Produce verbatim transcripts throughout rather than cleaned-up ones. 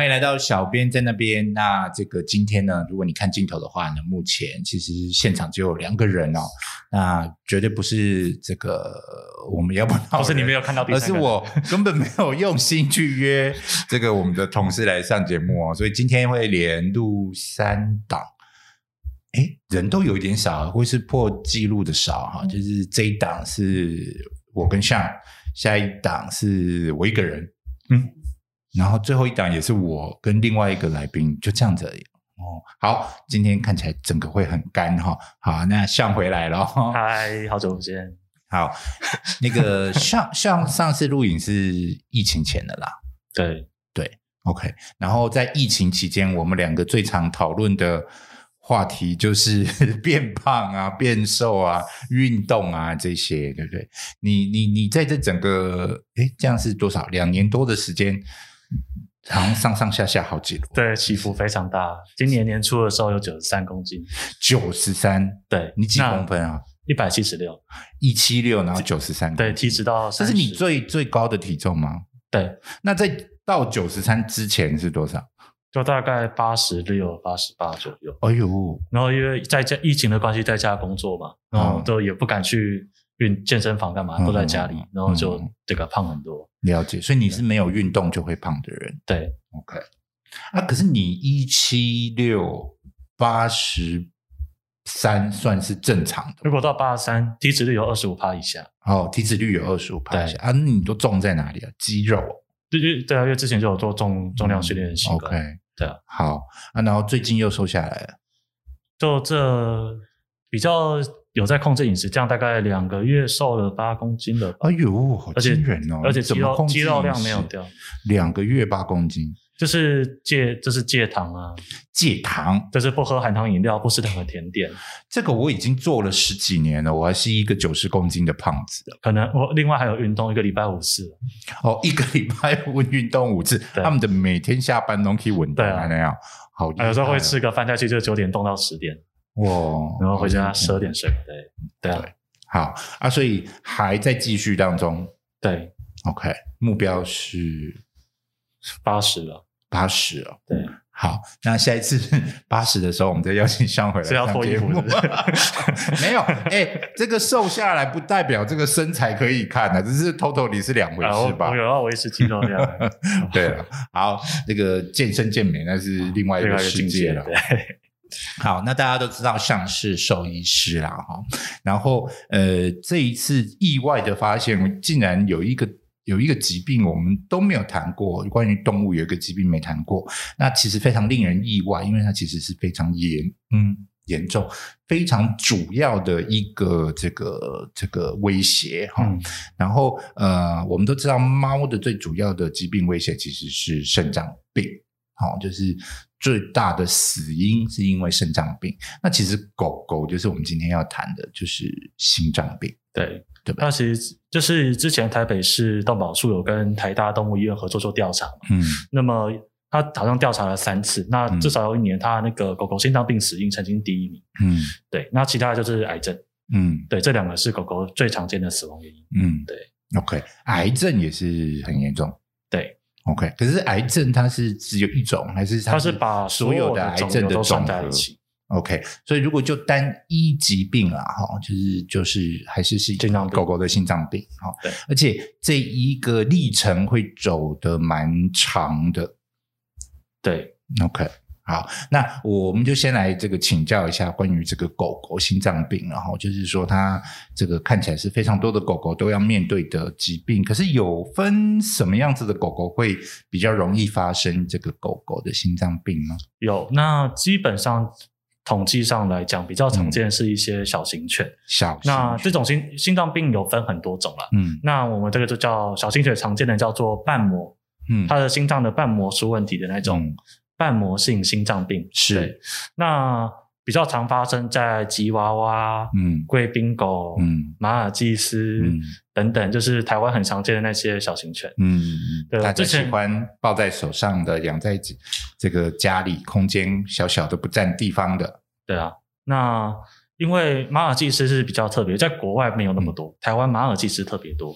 欢迎来到小编在那边。那这个今天呢，如果你看镜头的话呢，目前其实现场只有两个人哦，那绝对不是这个我们要不到， 不是你没有看到第三个人， 而是我根本没有用心去约这个我们的同事来上节目哦，所以今天会连录三档。诶，人都有一点少，会是破纪录的少哈，就是这一档是我跟Sean，下一档是我一个人，嗯，然后最后一档也是我跟另外一个来宾，就这样子而已。哦，好，今天看起来整个会很干哈。好，那Sean回来了， 嗨，好久不见。 好，那个Sean Sean上次录影是疫情前的啦， 对对 ，OK。然后在疫情期间，我们两个最常讨论的话题就是变胖啊、变瘦啊、运动啊这些，对不对？你你你在这整个诶这样是多少？两年多的时间，好像上上下下好几路， 对，起伏非常大。今年年初的时候有九十三公斤， 九十三， 对， 你几公分啊？ 一百七十六， 一七六，然后九十三， 对，体脂到三十， 这是你最最高的体重吗？ 对， 那在到九十三之前是多少？ 就大概八十六、八十八左右。 哎呦， 然后因为在家疫情的关系，在家工作嘛，然后都也不敢去运健身房干嘛，嗯、都在家里，然后就这个胖很多。 了解，所以你是没有运动就会胖的人。 对 ，OK。啊，可是你一七六八十三算是正常的。 如果到八十三，体脂率有二十五趴以下。 哦，体脂率有二十五趴以下啊？那你都重在哪里啊？肌肉。 对对啊，因为之前就有做重重量训练的习惯。 OK。 对啊， 好啊，然后最近又瘦下来了， 就这比较有在控制饮食，这样大概两个月瘦了八公斤了吧。 哎呦，好惊人哦！ 而且肌肉肌肉量没有掉， 两个月八公斤， 就是戒就是戒糖啊， 戒糖， 就是不喝含糖饮料，不吃任何甜点。 这个我已经做了十几年了，我还是一个九十公斤的胖子。 可能我另外还有运动，一个礼拜五次。 哦，一个礼拜运动五次，他们的每天下班都可以运动，对啊，那样好厉害。 有时候会吃个饭下去就九点动到十点， 哇， 然后回家十二点睡。对对啊， 对，好啊，所以还在继续当中。 对 ，OK， 目标是八十了， 八十了， 对。 好，那下一次八十的时候，我们再邀请Sean回来。 是要脱衣服是不是？没有，哎、欸，这个瘦下来不代表这个身材可以看的、啊，只是 totally 是两回事吧？ 啊、我, 我有要维持肌肉量。 对了，好，这个健身健美那是另外一个世界了。 对。 好，那大家都知道Sean是兽医师啦，哈，然后呃，这一次意外的发现，竟然有一个。有一个疾病我们都没有谈过，关于动物有一个疾病没谈过，那其实非常令人意外，因为它其实是非常严嗯严重非常主要的一个这个这个威胁哈、嗯。然后呃我们都知道猫的最主要的疾病威胁其实是肾脏病，好，就是最大的死因是因为肾脏病。那其实狗狗就是我们今天要谈的就是心脏病， 对。 对吧？ 那其实就是之前台北市动保处有跟台大动物医院合作做调查嘛，嗯，那么他好像调查了三次，那至少有一年他那个狗狗心脏病死因曾经第一名，嗯，对，那其他的就是癌症，嗯，对，这两个是狗狗最常见的死亡原因，嗯，对 ，OK， 癌症也是很严重， 对 ，OK， 可是癌症它是只有一种，还是它是把所有的癌症的总和？ OK， 所以如果就单一疾病啦，就是就是还是是狗狗的心脏病， 对， 而且这一个历程会走得蛮长的， 对 ，OK， 好，那我们就先来这个请教一下关于这个狗狗心脏病，然后就是说它这个看起来是非常多的狗狗都要面对的疾病，可是有分什么样子的狗狗会比较容易发生这个狗狗的心脏病吗？ 有，那基本上。统计上来讲，比较常见是一些小型犬。嗯、 小型犬那这种心心脏病有分很多种啦。嗯，那我们这个就叫小型犬，常见的叫做瓣膜，嗯，它的心脏的瓣膜出问题的那种瓣膜性心脏病。 是， 那比较常发生在吉娃娃、嗯，贵宾狗、嗯，马尔济斯、嗯、等等，就是台湾很常见的那些小型犬。 嗯，对，大家喜欢抱在手上的，养在这个家里空间小小的不占地方的。 对啊，那因为马尔济斯是比较特别，在国外没有那么多，嗯、台湾马尔济斯特别多。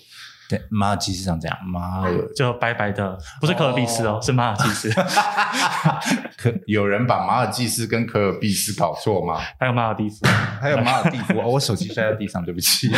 对，马尔济斯长这样，马尔就白白的，不是可尔必斯哦，哦是马尔济斯。 可有人把马尔济斯跟可尔必斯搞错吗？ 还有马尔蒂夫， 还有马尔蒂夫、哦、我手机摔在地上，对不起。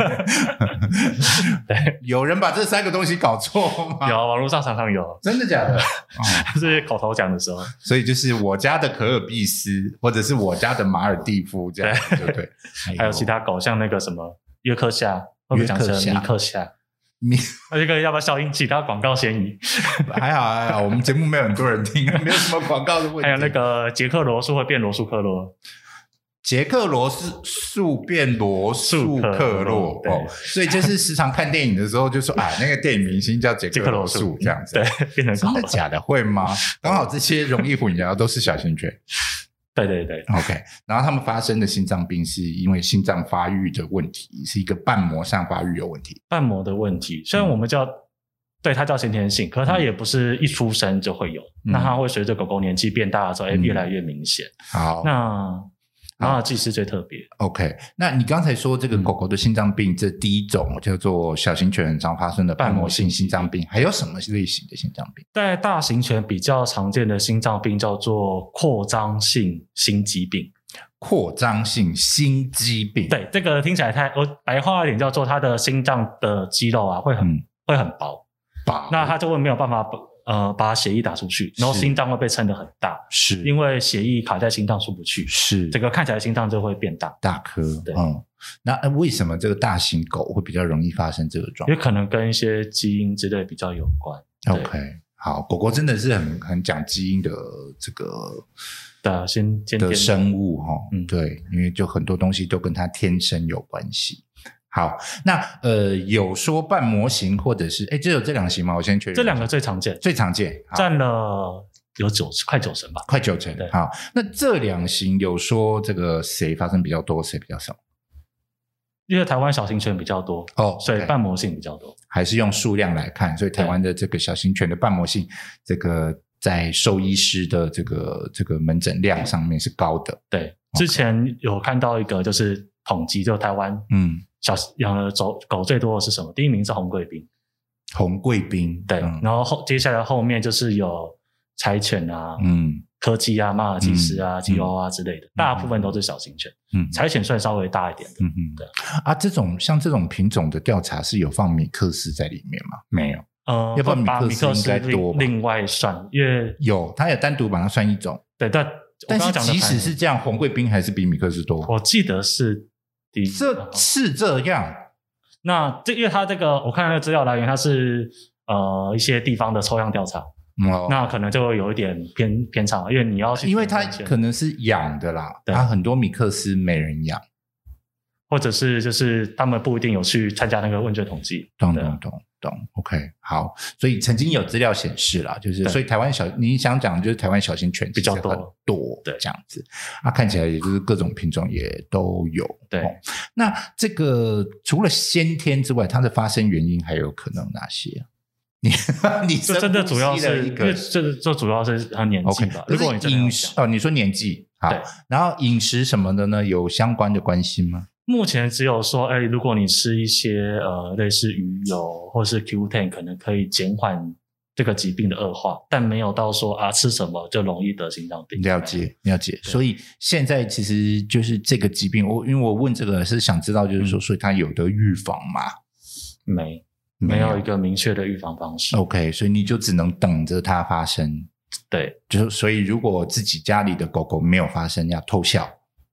对， 有人把这三个东西搞错吗？ 有，网络上常常有。 真的假的？ 哦、是口头讲的时候。 所以就是我家的可尔必斯，或者是我家的马尔蒂夫这样，对不对？哎、 还有其他狗，像那个什么约克夏，会不会讲成米克夏？ 米那这个要不要消音？其他广告嫌疑？ 还好还好，我们节目没有很多人听，没有什么广告的问题。 还有那个捷克罗素会变罗素克洛， 捷克罗素变罗素克洛，哦，所以就是时常看电影的时候就说啊，那个电影明星叫捷克罗素这样子， 对，变成真的假的会吗？刚好这些容易混淆都是小型犬。 对对对 ，OK。然后他们发生的心脏病是因为心脏发育的问题，是一个瓣膜上发育有问题。 瓣膜的问题，虽然我们叫、嗯、对它叫先天性，可是它也不是一出生就会有，嗯、那它会随着狗狗年纪变大的时候，嗯、越来越明显。 好， 那马尔济斯最特别。 OK， 那你刚才说这个狗狗的心脏病，嗯、这第一种叫做小型犬很常发生的瓣膜性心脏病，还有什么类型的心脏病？ 在大型犬比较常见的心脏病叫做扩张性心肌病。 扩张性心肌病， 对，这个听起来太我白话一点叫做它的心脏的肌肉啊会很、嗯、会很薄， 薄， 那它就会没有办法呃把血液打出去，然后心脏会被撑得很大， 是因为血液卡在心脏出不去， 是这个看起来心脏就会变大大颗。 对， 嗯，那为什么这个大型狗会比较容易发生这个状况？ 因为可能跟一些基因之类比较有关。 OK， 好，狗狗真的是很很讲基因的这个。 的先先的生物哈、 嗯， 对，因为就很多东西都跟它天生有关系。好，那呃有说瓣膜型或者是哎，只有这两型吗？我先确认， 这两个最常见， 最常见占了有九快九成吧， 快九成。好，那这两型有说这个谁发生比较多，谁比较少？ 因为台湾小型犬比较多哦， 所以瓣膜性比较多， 还是用数量来看，所以台湾的这个小型犬的瓣膜性这个。在兽医师的这个这个门诊量上面是高的。 对，之前有看到一个就是统计，就台湾嗯小养的狗狗最多的是什么？第一名是红贵宾。 红贵宾， 对，嗯、然后后接下来后面就是有柴犬啊， 嗯， 柯基啊、马尔济斯啊、吉娃娃之类的，嗯、大部分都是小型犬。嗯，柴犬算稍微大一点的。 嗯嗯，对啊，这种像这种品种的调查是有放米克斯在里面吗？没有。 呃， 要不然把米克斯应该多吧另外算，因为有，他也单独把它算一种。 对，但但是即使是这样，红贵宾还是比米克斯多。 我记得是第一， 这是这样。 那这因为他这个，我看那个资料来源，它是呃一些地方的抽样调查，哦、那可能就会有一点偏偏差，因为你要去， 因为它可能是养的啦，它很多米克斯没人养。 或者是就是他们不一定有去参加那个问卷统计， 懂懂懂懂 ，OK， 好，所以曾经有资料显示啦，就是所以台湾小你想讲就是台湾小型犬比较多多对这样子，啊，看起来也就是各种品种也都有。 对， 哦、那这个除了先天之外，它的发生原因还有可能哪些啊？你你这真的主要是因为这这主要是他年纪吧？ Okay, 如果你饮食哦，你说年纪好，然后饮食什么的呢，有相关的关系吗？ 目前只有说，哎，如果你吃一些呃类似鱼油或是 Q 十， 可能可以减缓这个疾病的恶化，但没有到说啊吃什么就容易得心脏病。 了解了解。所以现在其实就是这个疾病，我因为我问这个是想知道，就是说，嗯、所以它有得预防吗？ 没，没有一个明确的预防方式。 OK， 所以你就只能等着它发生。 对， 就所以如果自己家里的狗狗没有发生，要偷笑。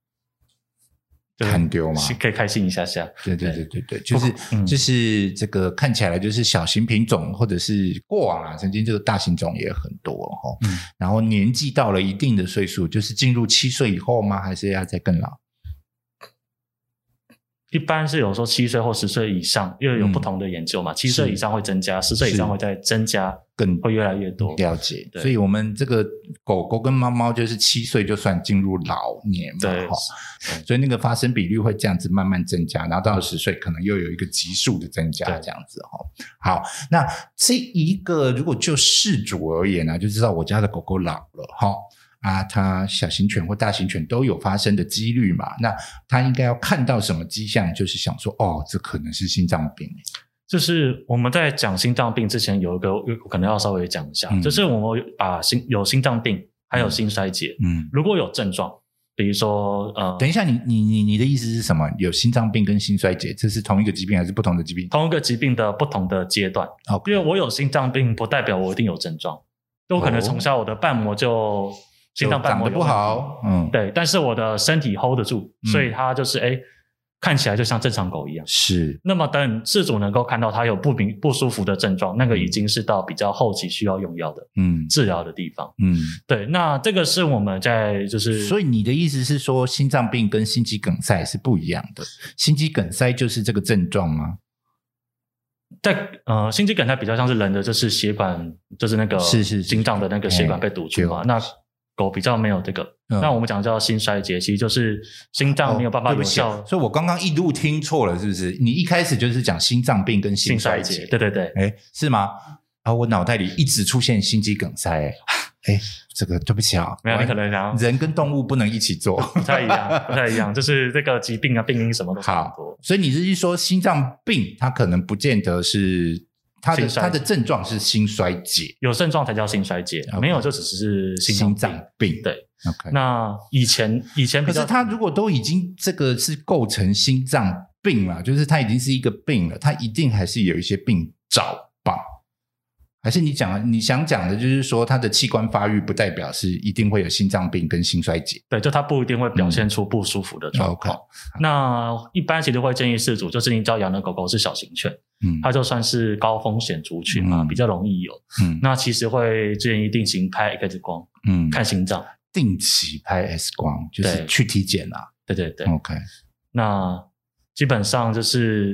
看丢嘛， 可以开心一下下。 对对对对对，就是、嗯、就是这个看起来就是小型品种，或者是过往啊，曾经这个大型种也很多哈、嗯。然后年纪到了一定的岁数，就是进入七岁以后吗？还是要再更老？ 一般是有说七岁或十岁以上，因为有不同的研究嘛，七、嗯、岁以上会增加，十岁以上会再增加，更会越来越多。 了解，所以我们这个狗狗跟猫猫就是七岁就算进入老年嘛， 对， 所以那个发生比率会这样子慢慢增加，然后到了十岁可能又有一个急速的增加，这样子哈。好，那这一个如果就饲主而言呢、啊，就知道我家的狗狗老了哈。啊，它小型犬或大型犬都有发生的几率嘛？那它应该要看到什么迹象，就是想说，哦，这可能是心脏病。 就是我们在讲心脏病之前有一个我可能要稍微讲一下，嗯、就是我们把心有心脏病还有心衰竭，嗯，如果有症状，比如说呃， 等一下你你你你的意思是什么？有心脏病跟心衰竭，这是同一个疾病还是不同的疾病？ 同一个疾病的不同的阶段。Okay. 因为我有心脏病不代表我一定有症状，有可能从小我的瓣膜就心脏瓣膜长得不好， 嗯，对，但是我的身体 hold 得住，嗯、所以它就是哎。看起来就像正常狗一样， 是。 那么等饲主能够看到它有不明不舒服的症状，那个已经是到比较后期需要用药的，嗯，治疗的地方，嗯，对。那这个是我们在就是， 所以你的意思是说，心脏病跟心肌梗塞是不一样的？心肌梗塞就是这个症状吗？ 在呃，心肌梗塞比较像是人的，就是血管，就是那个是是心脏的那个血管被堵住嘛，那。狗比较没有这个，嗯、那我们讲叫心衰竭，其实就是心脏没有办法有效。 哦、所以我刚刚一路听错了，是不是？你一开始就是讲心脏病跟心衰竭， 对对对， 哎，是吗？然后我脑袋里一直出现心肌梗塞，哎，这个对不起啊， 没有，你可能想人跟动物不能一起做， 不太一样，不太一样，就是这个疾病啊、病因什么都差不多。 所以你是说心脏病它可能不见得是。它的它的症状是心衰竭， 有症状才叫心衰竭， okay. 没有就只是心脏病。 心脏病对 ，OK。 那以前以前比较， 可是它如果都已经这个是构成心脏病了，就是它已经是一个病了，它一定还是有一些病灶吧？还是你讲你想讲的就是说，它的器官发育不代表是一定会有心脏病跟心衰竭？ 对，就它不一定会表现出不舒服的状况。嗯、那一般其实会建议饲主，就是你只要养的狗狗是小型犬。嗯，它就算是高风险族群嘛，嗯、比较容易有。嗯，那其实会建议定期拍 X 光，嗯，看心脏。 定期拍 X 光就是去体检啊。 对对对 ，OK。 那基本上就是，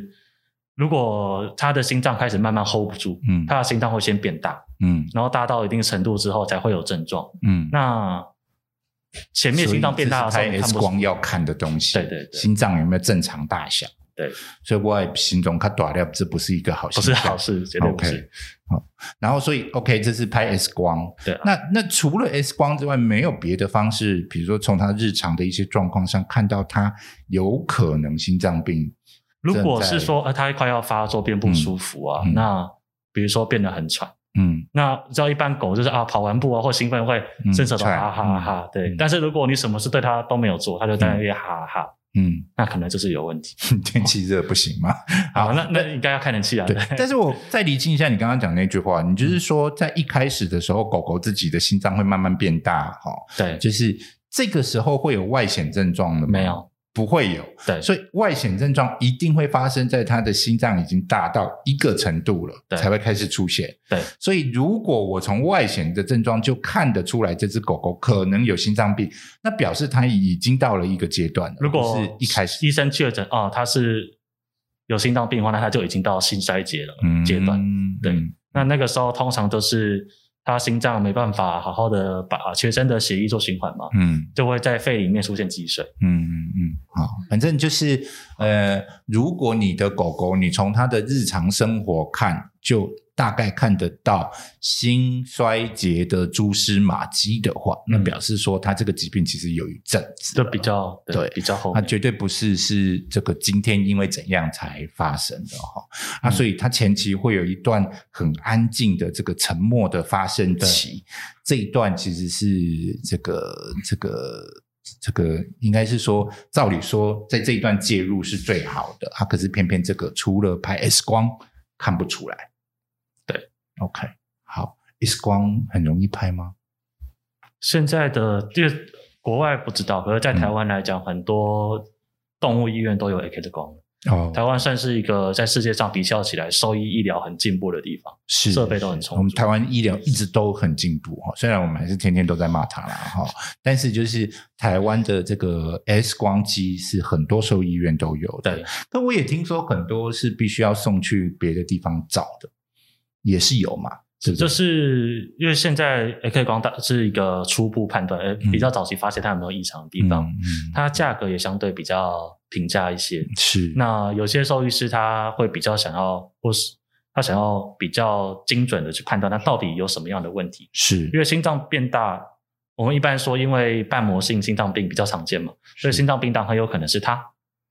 如果他的心脏开始慢慢 hold 不住，嗯，他的心脏会先变大，嗯，然后大到一定程度之后才会有症状，嗯，那前面心脏变大的时候， 拍 X 光要看的东西， 对对对， 心脏有没有正常大小？ 对， 所以我心中看大了，这不是一个好事， 不是好事，绝对不是。 Okay. 好，然后所以 OK， 这是拍 X 光。 对、啊， 那那除了 X 光之外，没有别的方式，比如说从他日常的一些状况上看到他有可能心脏病。 如果是说呃他快要发作变不舒服啊，嗯、那比如说变得很喘。嗯，那知道一般狗就是啊跑完步啊或兴奋会伸舌头哈哈哈哈，对、嗯。但是如果你什么事对它都没有做，它就在那边哈哈哈。嗯，那可能就是有问题。 天气热不行吗？ 好，那那应该要开冷气啊。 对，但是我再厘清一下你刚刚讲那句话，你就是说在一开始的时候，狗狗自己的心脏会慢慢变大，哈， 对， 就是这个时候会有外显症状的吗？ 没有。 不会有， 对， 所以外显症状一定会发生在它的心脏已经大到一个程度了，才会开始出现。 对， 所以如果我从外显的症状就看得出来这只狗狗可能有心脏病，那表示它已经到了一个阶段了。 如果是一开始医生确诊啊，它是有心脏病的话，那它就已经到心衰竭了、嗯、阶段。对、嗯，那那个时候通常都是。他心脏没办法好好的把全身的血液做循环嘛，嗯，就会在肺里面出现积水， 嗯嗯嗯，好，反正就是呃，如果你的狗狗，你从它的日常生活看，就大概看得到心衰竭的蛛丝马迹的话，嗯、那表示说它这个疾病其实有一阵子， 就比较 对, 对比较后面， 它绝对不是是这个今天因为怎样才发生的哈、嗯，啊，所以它前期会有一段很安静的这个沉默的发生期，这一段其实是这个这个这个应该是说，照理说在这一段介入是最好的，啊，可是偏偏这个除了拍 X 光看不出来。 对 ，OK， 好 ，X 光很容易拍吗？ 现在的就国外不知道，可是在台湾来讲、嗯，很多动物医院都有 X 光。哦，台湾算是一个在世界上比较起来兽医医疗很进步的地方，是设备都很充足。 我们台湾医疗一直都很进步哈，虽然我们还是天天都在骂它啦哈，但是就是台湾的这个 X 光机是很多兽医院都有的。 对， 但我也听说很多是必须要送去别的地方找的，也是有嘛。对对， 就是因为现在 X 光是一个初步判断，比较早期发现它有没有异常的地方，嗯嗯、它价格也相对比较平价一些。 是， 那有些兽医师他会比较想要，或是他想要比较精准的去判断它到底有什么样的问题。 是， 因为心脏变大，我们一般说因为瓣膜性心脏病比较常见嘛，所以心脏病大很有可能是它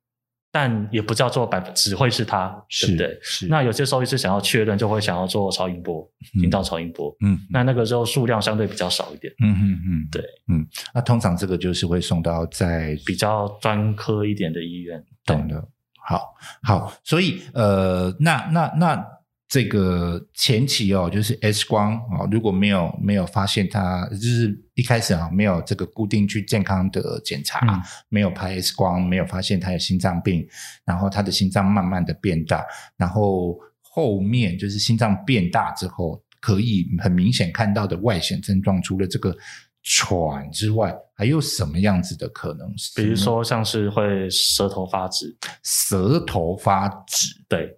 但也不叫做百分只会是它，对不对？那有些兽医师想要确认，就会想要做超音波，阴道超音波。嗯，那那个时候数量相对比较少一点。 嗯嗯嗯， 对， 嗯，那通常这个就是会送到在比较专科一点的医院。 懂的。好，好，所以呃，那那那这个前期哦，就是 X 光哦，如果没有没有发现它，就是一开始啊没有这个固定去健康的检查，嗯、没有拍 X 光，没有发现他有心脏病，然后他的心脏慢慢的变大，然后后面就是心脏变大之后，可以很明显看到的外显症状，除了这个喘之外，还有什么样子的可能性？ 比如说像是会舌头发紫， 舌头发紫， 对。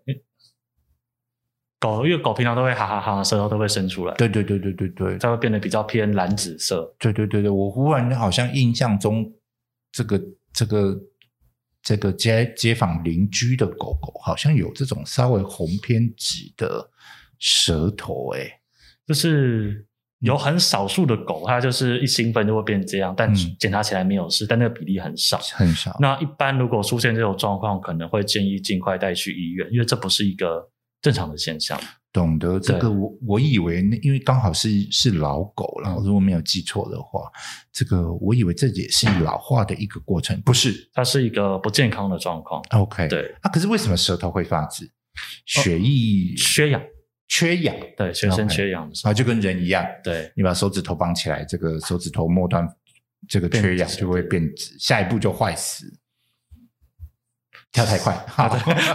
狗因为狗平常都会哈哈哈，舌头都会伸出来。 对对对对对对， 它会变得比较偏蓝紫色。 对对对对，我忽然好像印象中，这个这个这个街街坊邻居的狗狗好像有这种稍微红偏紫的舌头，诶， 就是有很少数的狗，它就是一兴奋就会变这样，但检查起来没有事，嗯、但那个比例很少， 很少。 那一般如果出现这种状况，可能会建议尽快带去医院，因为这不是一个正常的现象。 懂得这个我，我以为因为刚好是是老狗了，如果没有记错的话，这个我以为这也是老化的一个过程，不是？ 它是一个不健康的状况。 OK， 对啊，可是为什么舌头会发紫？血液、 哦、缺氧， 缺氧， 对，全身缺氧的时候， 啊，就跟人一样， 对， 你把手指头绑起来，这个手指头末端这个缺氧就会变紫，下一步就坏死。跳太快，好，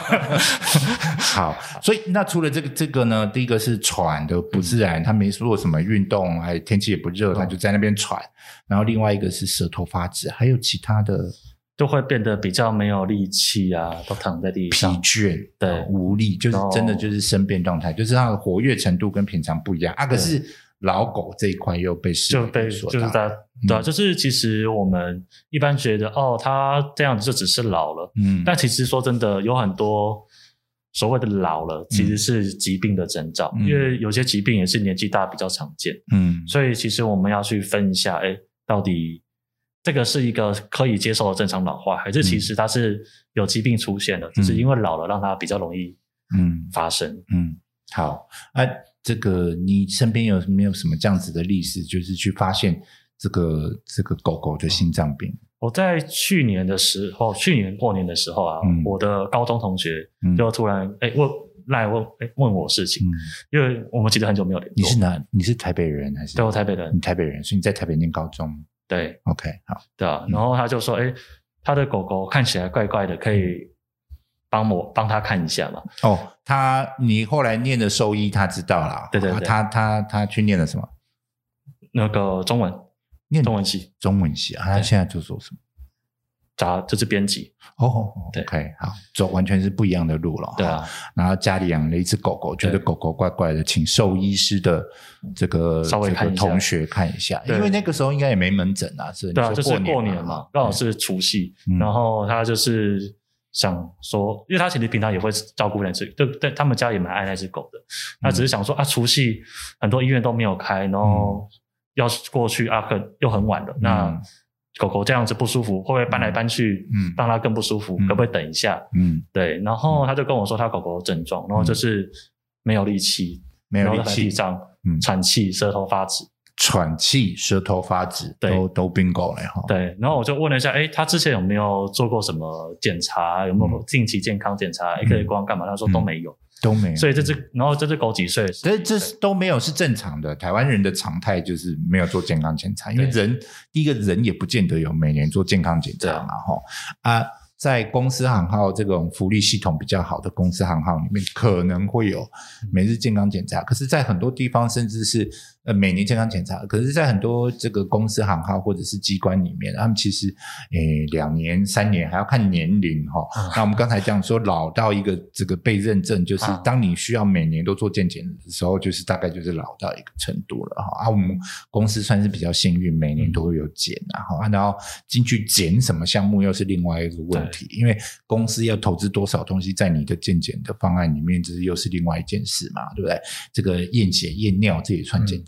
好，所以那除了这个这个呢，第一个是喘的不自然，嗯、他没做什么运动，还天气也不热，他就在那边喘。然后另外一个是舌头发紫，还有其他的， 就会变得比较没有力气啊，都躺在地上， 疲倦， 对， 无力，就是真的就是生变状态，就是他的活跃程度跟平常不一样啊。可是老狗这一块又被视为就被就是在对啊、嗯，就是其实我们一般觉得哦，他这样子就只是老了，嗯，但其实说真的，有很多所谓的老了，其实是疾病的征兆，嗯、因为有些疾病也是年纪大比较常见，嗯，所以其实我们要去分一下，哎，到底这个是一个可以接受的正常老化，还是其实它是有疾病出现了，只、嗯、是因为老了让它比较容易嗯发生， 嗯，好啊。这个你身边有没有什么这样子的例子，就是去发现这个这个狗狗的心脏病？ 我在去年的时候，去年过年的时候啊，嗯、我的高中同学就突然哎、嗯、问来问哎问我事情、嗯，因为我们其实很久没有联络。 你是哪？你是台北人还是？ 对，我台北人。 你台北人，所以你在台北念高中。 对 ，OK， 好， 对啊。然后他就说，哎，他的狗狗看起来怪怪的，可以帮我帮他看一下嘛？ 哦，他你后来念的兽医，他知道啦。 对对对， 他他他去念了什么？ 那个中文， 念中文系， 中文系啊。他现在就做什么？ 杂就是编辑。 哦 ，OK， 好，走完全是不一样的路了。 对啊， 然后家里养了一只狗狗，觉得狗狗怪怪的，请兽医师的这个稍微看一下、 这个、同学看一下，因为那个时候应该也没门诊啊，是对啊，就是过年嘛，刚好是除夕、嗯，然后他就是想说，因为他其实平常也会照顾那只，对对，他们家也蛮爱那只狗的，他只是想说、嗯、啊，除夕很多医院都没有开，然后要过去啊，可又很晚了，嗯、那。狗狗这样子不舒服，会不会搬来搬去，嗯，让它更不舒服？嗯、可不可以等一下？嗯，对。然后他就跟我说他狗狗的症状，然后就是没有力气， 没有力气， 然后在地上，嗯，喘气，舌头发紫， 喘气，舌头发紫，都都 bingo 了哈。 对。然后我就问了一下，诶，他之前有没有做过什么检查？有没有定期健康检查、嗯、X 光干嘛？他说都没有。嗯都没有， 所以这只，然后这只狗几岁？ 这这都没有是正常的。台湾人的常态就是没有做健康检查，因为人第一个人也不见得有每年做健康检查嘛，哈啊，在公司行号这种福利系统比较好的公司行号里面，可能会有每日健康检查，可是，在很多地方甚至是呃每年健康检查，可是，在很多这个公司行号或者是机关里面，他们其实诶两年、三年还要看年龄哈、哦嗯。那我们刚才讲说老到一个这个被认证，就是当你需要每年都做健检的时候，就是大概就是老到一个程度了哈。啊，我们公司算是比较幸运，每年都会有检啊，哈，然后进去检什么项目又是另外一个问题，因为公司要投资多少东西在你的健检的方案里面，这又是另外一件事嘛，对不对？这个验血验尿这也算检查。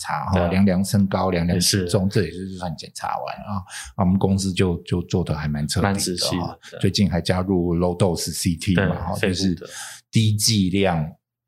查哈，量量身高，量量体重，这也是算检查完啊。我们公司就就做的还蛮彻底的，蛮仔细的。最近还加入 low dose C T 嘛，哈，就是低剂量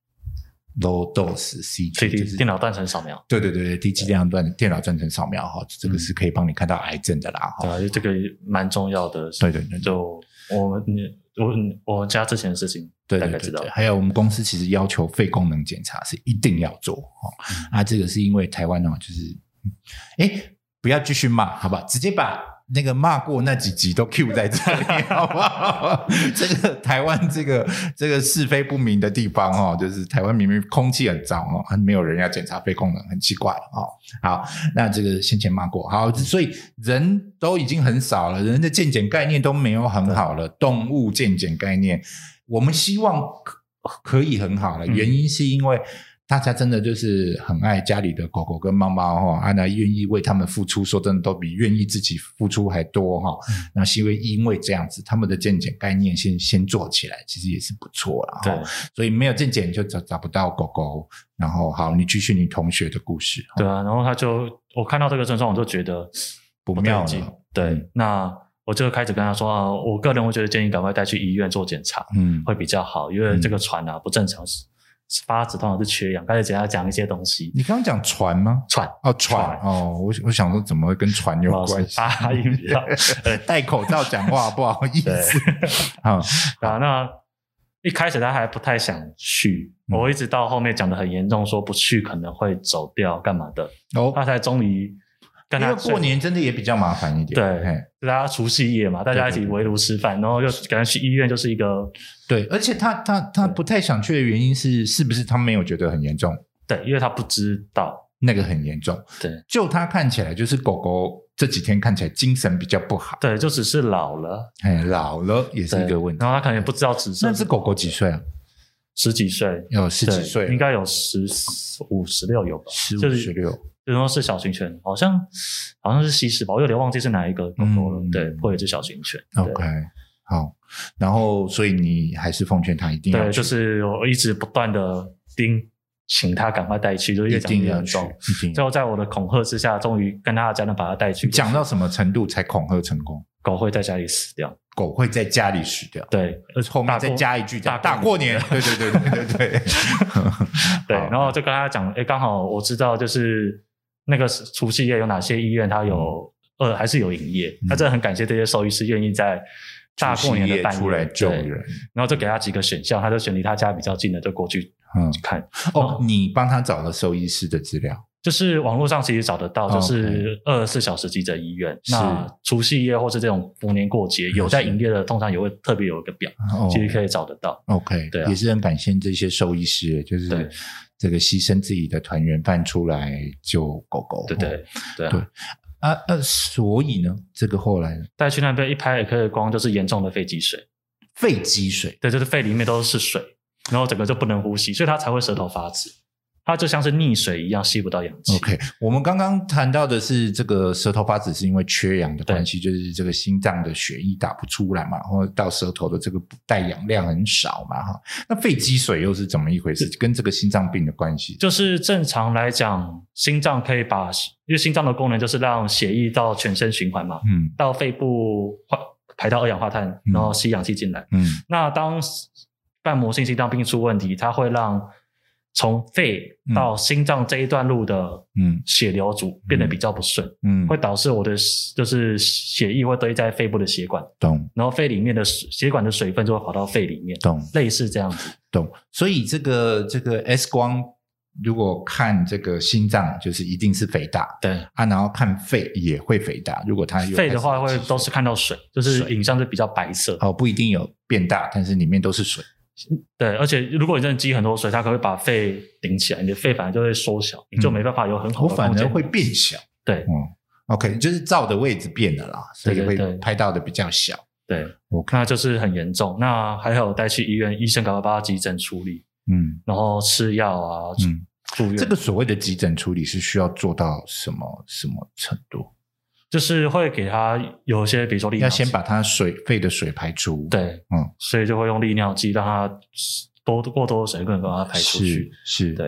low dose C T， 就是电脑断层扫描。 对对对，低剂量断电脑断层扫描哈，这个是可以帮你看到癌症的啦。 对啊，这个蛮重要的。 对对对， 就我们我我们家之前的事情， 对对对对，大概知道。还有我们公司其实要求肺功能检查是一定要做哦。嗯、啊，这个是因为台湾哦，就是哎，不要继续骂，好不好？直接把那个骂过那几集都 Q 在这里，好不好？这个台湾这个这个是非不明的地方哦，就是台湾明明空气很糟哦，没有人要检查肺功能，很奇怪哦。好，那这个先前骂过，好，所以人都已经很少了，人的健检概念都没有很好了，动物健检概念，我们希望可以很好了，原因是因为大家真的就是很爱家里的狗狗跟猫猫哈，啊，那愿意为他们付出，说真的都比愿意自己付出还多哈。那是因为因为这样子，他们的健检概念先先做起来，其实也是不错啦。对，所以没有健检就找找不到狗狗。然后好，你继续你同学的故事。 对啊，然后他就我看到这个症状，我就觉得不妙了。 对，嗯、那我就开始跟他说啊，我个人会觉得建议赶快带去医院做检查，嗯，会比较好，因为这个传啊、嗯、不正常。发质通常是缺氧，开始给他讲一些东西。 你刚刚讲船吗？ 船哦，船哦，我我想说怎么会跟船有关系？ 发音比较戴口罩讲话，不好意思。 好啊，那一开始他还不太想去，嗯、我一直到后面讲得很严重，说不去可能会走掉，干嘛的？哦，他才终于跟他。 因为过年真的也比较麻烦一点， 对，就大家除夕夜嘛，大家一起围炉吃饭，然后就感觉去医院就是一个。 对，而且他他他不太想去的原因是，是不是他没有觉得很严重？ 对，因为他不知道那个很严重。 对， 就他看起来，就是狗狗这几天看起来精神比较不好。 对，就只是老了， 哎，老了也是一个问题。 然后他可能也不知道紫色。 那只狗狗几岁啊？ 十几岁， 有十几岁， 应该有十五、十六有吧？ 十五、十六。 就说是小型犬，好像好像是西施吧，我有点忘记是哪一个狗狗了。嗯、对，或者是小型犬。 OK。好，然后所以你还是奉劝他一定要去。 对，就是我一直不断的叮，请他赶快带去，就越讲越严重。最后在我的恐吓之下，终于跟他的家人把他带去。 讲到什么程度才恐吓成功？ 狗会在家里死掉。 狗会在家里死掉。 对， 后面再加一句大大过年。对对对对对对。 对，然后就跟他讲，诶，刚好我知道就是那个除夕夜有哪些医院它有、嗯、呃还是有营业，那、嗯、真的很感谢这些兽医师愿意在大过年的半夜出来救人， 然后就给他几个选项，他就选离他家比较近的就过去看。 嗯、哦，你帮他找了兽医师的资料？ 就是网络上其实找得到，就是二十四小时急诊医院。Okay. 那除夕夜或是这种逢年过节有在营业的，通常也会特别有一个表，其实可以找得到。 OK， 对、啊， 也是很感谢这些兽医师，就是这个牺牲自己的团圆饭出来救狗狗。 对对对、啊、 对。啊呃，所以呢，这个后来带去那边一拍 X 光，就是严重的肺积水。 肺积水， 对，就是肺里面都是水，然后整个就不能呼吸，所以他才会舌头发紫。它就像是溺水一样，吸不到氧气。 OK， 我们刚刚谈到的是这个舌头发紫是因为缺氧的关系，就是这个心脏的血液打不出来嘛，或者到舌头的这个带氧量很少嘛，哈。那肺积水又是怎么一回事？跟这个心脏病的关系？ 就是正常来讲，心脏可以把，因为心脏的功能就是让血液到全身循环嘛，嗯，到肺部排到二氧化碳，然后吸氧气进来，嗯。那当瓣膜性心脏病出问题，它会让从肺到心脏这一段路的血流阻变得比较不顺，嗯，会导致我的就是血液会堆在肺部的血管， 懂， 然后肺里面的血管的水分就会跑到肺里面， 懂， 类似这样子， 懂。所以这个这个 X 光如果看这个心脏就是一定是肥大， 对啊，然后看肺也会肥大，如果它有肺的话会都是看到水，就是影像是比较白色， 哦，不一定有变大，但是里面都是水。 对，而且如果你真的积很多水，它可能会把肺顶起来，你的肺反而就会缩小，你就没办法有很好的空间。 我反而会变小。 对， 嗯 ，OK， 就是照的位置变了啦，所以会拍到的比较小。 对，我看就是很严重。那还有带去医院，医生赶快帮他急诊处理，嗯，然后吃药啊，嗯，住院。 这个所谓的急诊处理是需要做到什么什么程度？ 就是会给他有一些，比如说利尿剂， 要先把他水肺的水排出， 对，嗯，所以就会用利尿剂让他多过多的水分把它排出去， 是是， 对。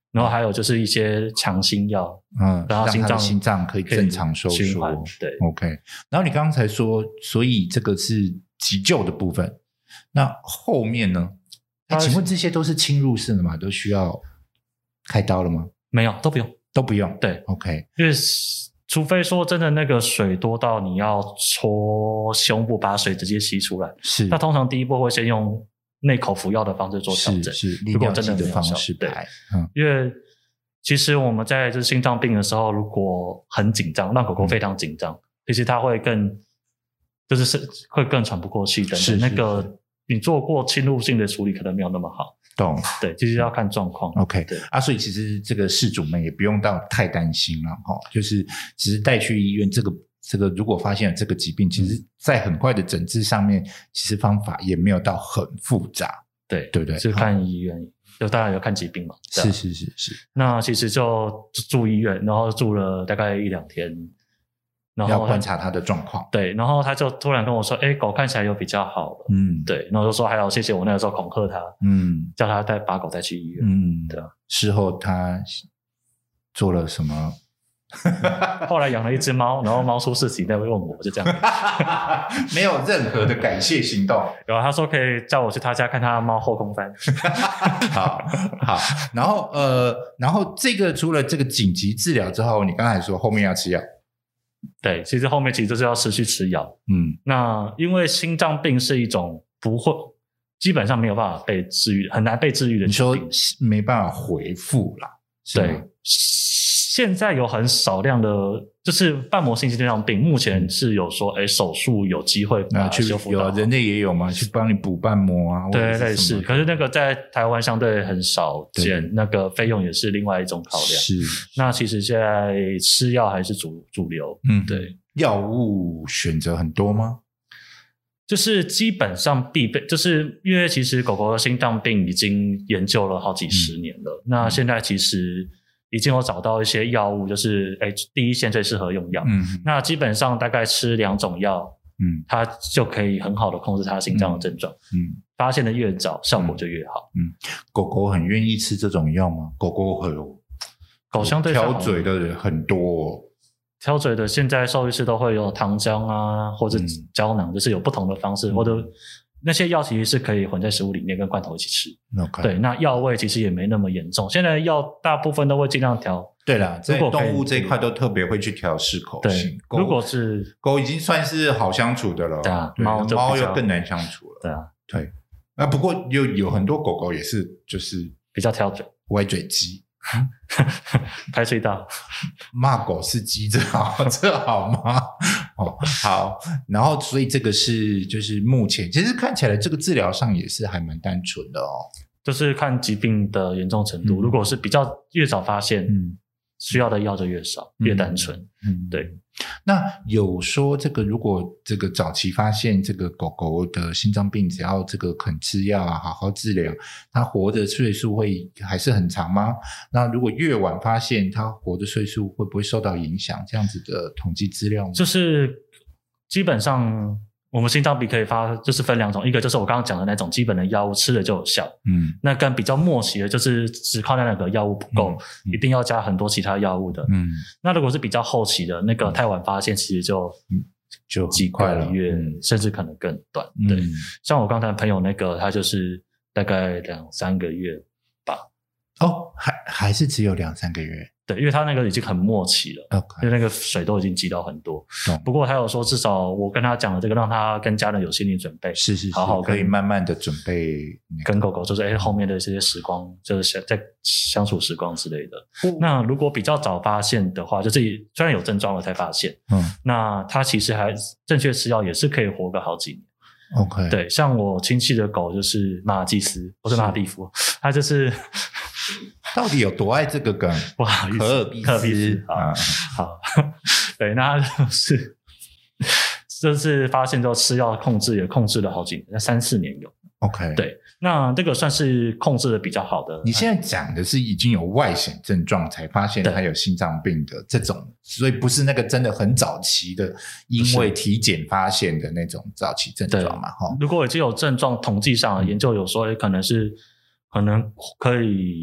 然后还有就是一些强心药， 嗯， 然后心脏心脏可以正常收缩。 对 ，OK。然后你刚才说，所以这个是急救的部分，那后面呢？哎，请问这些都是侵入式的吗？都需要开刀了吗？ 没有，都不用， 都不用。 对 ，OK。 因为除非说真的那个水多到你要戳胸部把水直接吸出来，是。那通常第一步会先用内口服药的方式做调整， 是是， 如果真的的方式对，嗯，因为其实我们在就是心脏病的时候，如果很紧张，让狗狗非常紧张，嗯、其实它会更就是是会更喘不过气等等。是那个你做过侵入性的处理可能没有那么好， 懂？ 对，其实要看状况。 OK， 对啊，所以其实这个事主们也不用到太担心了哈，就是只是带去医院这个。这个如果发现了这个疾病，其实在很快的诊治上面，其实方法也没有到很复杂， 对对不对？ 是看医院，就当然有看疾病嘛。 是是是是。 那其实就住医院，然后住了大概一两天，然后要观察他的状况。 对，然后他就突然跟我说：“哎，狗看起来有比较好了。”嗯，对，然后就说还好，谢谢我那个时候恐吓他，嗯，叫他带把狗带去医院。嗯，对啊。 事后他做了什么？ 后来养了一只猫，然后猫出事情再问我，就这样， 没有任何的感谢行动。 有啊，他说可以叫我去他家看他猫后空翻。 好好，然后呃，然后这个除了这个紧急治疗之后，你刚才说后面要吃药。 对，其实后面其实就是要持续吃药。嗯，那因为心脏病是一种不会，基本上没有办法被治愈，很难被治愈的疾病。 你说没办法恢复啦？ 对。现在有很少量的，就是瓣膜性心脏病，目前是有说，哎，手术有机会把它修复到。 有人类也有嘛，去帮你补瓣膜啊。 对，类似。可是那个在台湾相对很少见，那个费用也是另外一种考量。 是。 那其实现在吃药还是主主流。嗯，对。 药物选择很多吗？ 就是基本上必备，就是因为其实狗狗的心脏病已经研究了好几十年了，嗯、那现在其实。已经有找到一些药物，就是诶第一线最适合用药。嗯，那基本上大概吃两种药，嗯，它就可以很好的控制它心脏的症状。嗯，发现的越早，效果就越好。 嗯，狗狗很愿意吃这种药吗？狗狗很狗相对挑嘴的人很多、哦， 挑嘴的现在兽医师都会有糖浆啊，或者胶囊，嗯、就是有不同的方式，嗯、或者。那些药其实是可以混在食物里面跟罐头一起吃。Okay. 对，那药味其实也没那么严重。现在药大部分都会尽量调。 对啦，在动物这一块都特别会去调适口性。 对，如果是狗已经算是好相处的了。 对啊， 对猫猫又更难相处了。 对啊， 对。那不过有有很多狗狗也是就是比较挑嘴， 歪嘴鸡。 拍碎大骂狗是鸡，这好这好吗？哦，好，然后所以这个是就是目前其实看起来这个治疗上也是还蛮单纯的哦， 就是看疾病的严重程度，嗯、如果是比较越早发现，嗯，需要的药就越少，嗯、越单纯，嗯，对。 那有说这个如果这个早期发现这个狗狗的心脏病，只要这个肯吃药啊，好好治疗，它活的岁数会还是很长吗？那如果越晚发现，它活的岁数会不会受到影响？这样子的统计资料吗？ 就是基本上我们心脏病可以发，就是分两种，一个就是我刚刚讲的那种基本的药物吃了就有效，嗯，那跟比较末期的，就是只靠那两个药物不够，嗯、一定要加很多其他药物的，嗯，那如果是比较后期的，那个太晚发现，其实就嗯就几个月，嗯、甚至可能更短，嗯、对，像我刚才朋友那个，他就是大概两三个月吧， 哦，还还是只有两三个月。 对，因为他那个已经很末期了， okay. 因为那个水都已经积到很多。不过他有说，至少我跟他讲了这个，让他跟家人有心理准备， 是是是， 好好可以慢慢的准备、那个、 跟狗狗，就是哎后面的这些时光，就是在相处时光之类的。嗯、那如果比较早发现的话，就自己虽然有症状了才发现，嗯，那他其实还正确吃药也是可以活个好几年。 OK， 对，像我亲戚的狗就是马尔济斯，不是马尔蒂夫，他就是。 到底有多爱这个梗？ 不好意思， 可尔必斯， 可尔必斯，好，嗯、好，对，那就是就是发现之后吃药控制也控制了好几年，那三四年有。 OK， 对，那这个算是控制的比较好的。 你现在讲的是已经有外显症状才发现他有心脏病的这种，所以不是那个真的很早期的，因为体检发现的那种早期症状嘛？哈， 如果已经有症状，统计上研究有说，可能是可能可以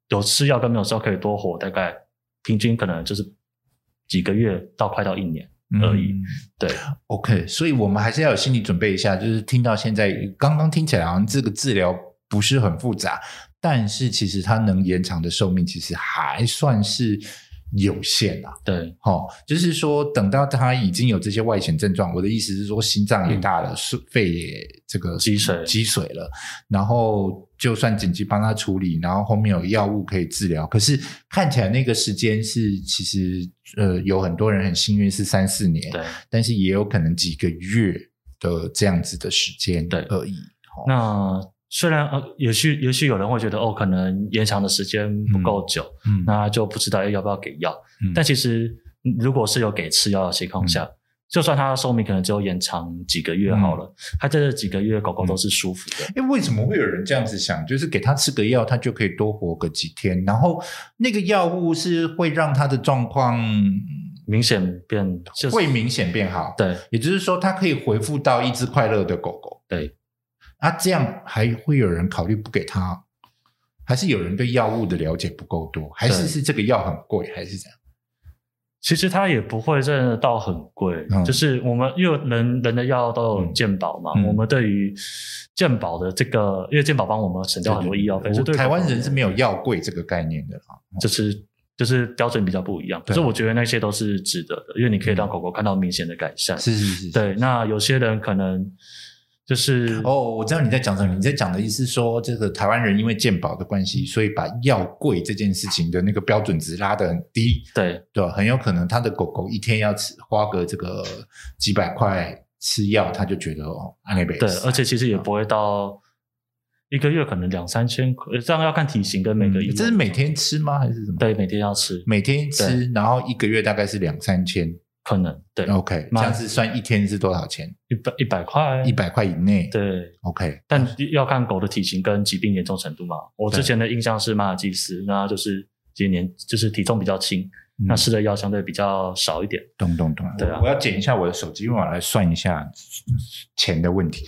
有吃药跟没有吃药可以多活大概平均可能就是几个月到快到一年而已。嗯、对 ，OK， 所以我们还是要有心理准备一下，就是听到现在刚刚听起来好像这个治疗不是很复杂，但是其实它能延长的寿命其实还算是有限啊。 对， 哦，就是说等到他已经有这些外显症状，我的意思是说心脏也大了，嗯、肺也这个积水积水了，然后就算紧急帮他处理，然后后面有药物可以治疗，可是看起来那个时间是其实呃有很多人很幸运是三四年， 对， 但是也有可能几个月的这样子的时间而已。 哦、那虽然呃，也许也许有人会觉得哦，可能延长的时间不够久，嗯，那就不知道要不要给药。嗯、但其实如果是有给吃药的情况下，嗯、就算它的寿命可能只有延长几个月好了，嗯、它这几个月狗狗都是舒服的。 哎、嗯，为什么会有人这样子想？就是给它吃个药，它就可以多活个几天，然后那个药物是会让它的状况明显变， 就是、会明显变好。 对， 也就是说，它可以恢复到一只快乐的狗狗。 对。 啊，这样还会有人考虑不给他？还是有人对药物的了解不够多？还是是这个药很贵？还是这样？ 其实它也不会真的到很贵，嗯、就是我们因为人人的药都有健保嘛，嗯、我们对于健保的这个，因为健保帮我们省掉很多医药费，所以对台湾人是没有药贵这个概念的啦， 就是就是标准比较不一样。可是我觉得那些都是值得的，因为你可以让狗狗看到明显的改善。 是是 是, 是。 对，那有些人可能。就是哦，我知道你在讲什么。你在讲的意思是说，这个台湾人因为健保的关系，所以把药贵这件事情的那个标准值拉得很低。 对对吧？很有可能他的狗狗一天要吃花个这个几百块吃药，他就觉得哦， 对，而且其实也不会到一个月可能两三千块，这样要看体型跟每个医、 嗯。这是每天吃吗？还是什么？ 对，每天要吃， 每天吃，然后一个月大概是两三千。 可能对 ，OK， 这样子算一天是多少钱？ 一百一百块， 一百块以内。 对 ，OK， 但要看狗的体型跟疾病严重程度嘛。我之前的印象是马尔济斯，那就是今年就是体重比较轻，嗯、那吃的药相对比较少一点。 懂懂懂，对啊我，我要剪一下我的手机，因为我来算一下钱的问题。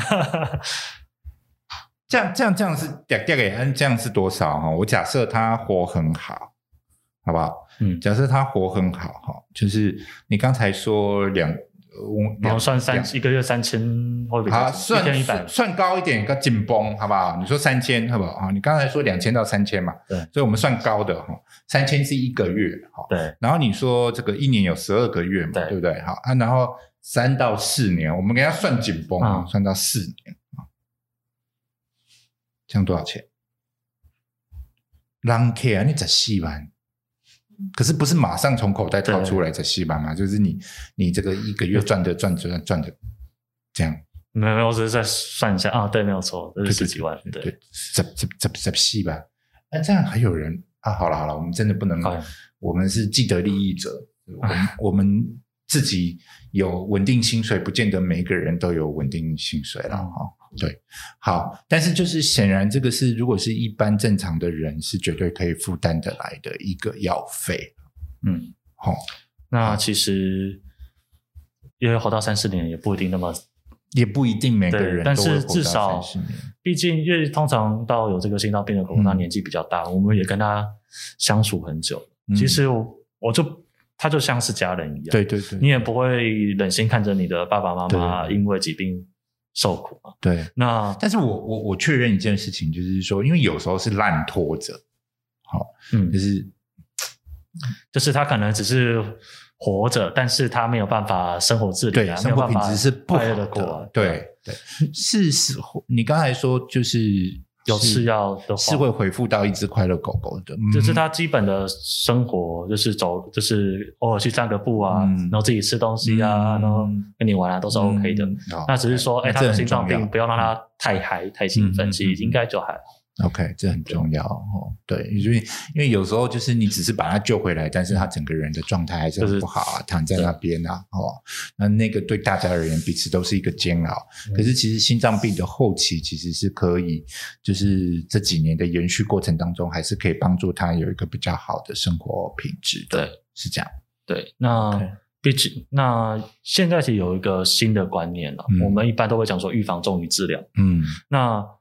这样这样这样是大概这样是多少哈？我假设它活很好，好不好？嗯，假设它活很好哈，就是你刚才说两， 然后算三一个月三千，或者好算一天一百，算高一点，个紧绷好不好？你说三千好不好？你刚才说两千到三千嘛， 对， 所以我们算高的哈，三千是一个月哈， 对， 然后你说这个一年有十二个月嘛，对, 对不对？好啊，然后三到四年，我们给它算紧绷啊，算到四年啊，这样多少钱？人客啊，你十四万。可是不是马上从口袋掏出来才吸吧嘛？就是你你这个一个月赚的赚赚赚的这样。 没有没有，我只是在算一下啊，对，没有错，这是十几万，对， 对，十十十十吸吧。那这样还有人啊？好了好了，我们真的不能，哎、我们是既得利益者，我们、哎、我们自己有稳定薪水，不见得每一个人都有稳定薪水了哈。嗯对，好，但是就是显然这个是如果是一般正常的人是绝对可以负担得来的一个药费。 嗯，好、哦，那其实因为活到三四年也不一定那么， 也不一定每个人都会活到三四年， 但是至少毕竟因为通常到有这个心脏病的狗狗，它年纪比较大，我们也跟它相处很久，嗯、其实我我就它就像是家人一样， 对对对， 你也不会忍心看着你的爸爸妈妈因为疾病受苦嘛？ 对， 那但是我我我确认一件事情，就是说，因为有时候是烂拖着，好，嗯，就是就是他可能只是活着，但是他没有办法生活自理、啊， 对，生活品质是不好的， 过、啊， 对对，是是，你刚才说就是有吃药的话， 是会恢复到一只快乐狗狗的， 嗯、就是他基本的生活，就是走，就是偶尔去散个步啊，嗯、然后自己吃东西啊，嗯、然后跟你玩啊，都是 OK 的。嗯哦、那只是说，哎、欸，他的心脏病不要让他太嗨、太兴奋，其实应该就还好。 OK， 这很重要哦。对，因为因为有时候就是你只是把他救回来，但是他整个人的状态还是很不好啊，就是、躺在那边啊，哦，那那个对大家而言彼此都是一个煎熬。嗯、可是其实心脏病的后期其实是可以，就是这几年的延续过程当中，还是可以帮助他有一个比较好的生活品质的。 对， 是这样。 对，那毕竟、okay. 那现在其实有一个新的观念了、嗯，我们一般都会讲说预防重于治疗。 嗯， 那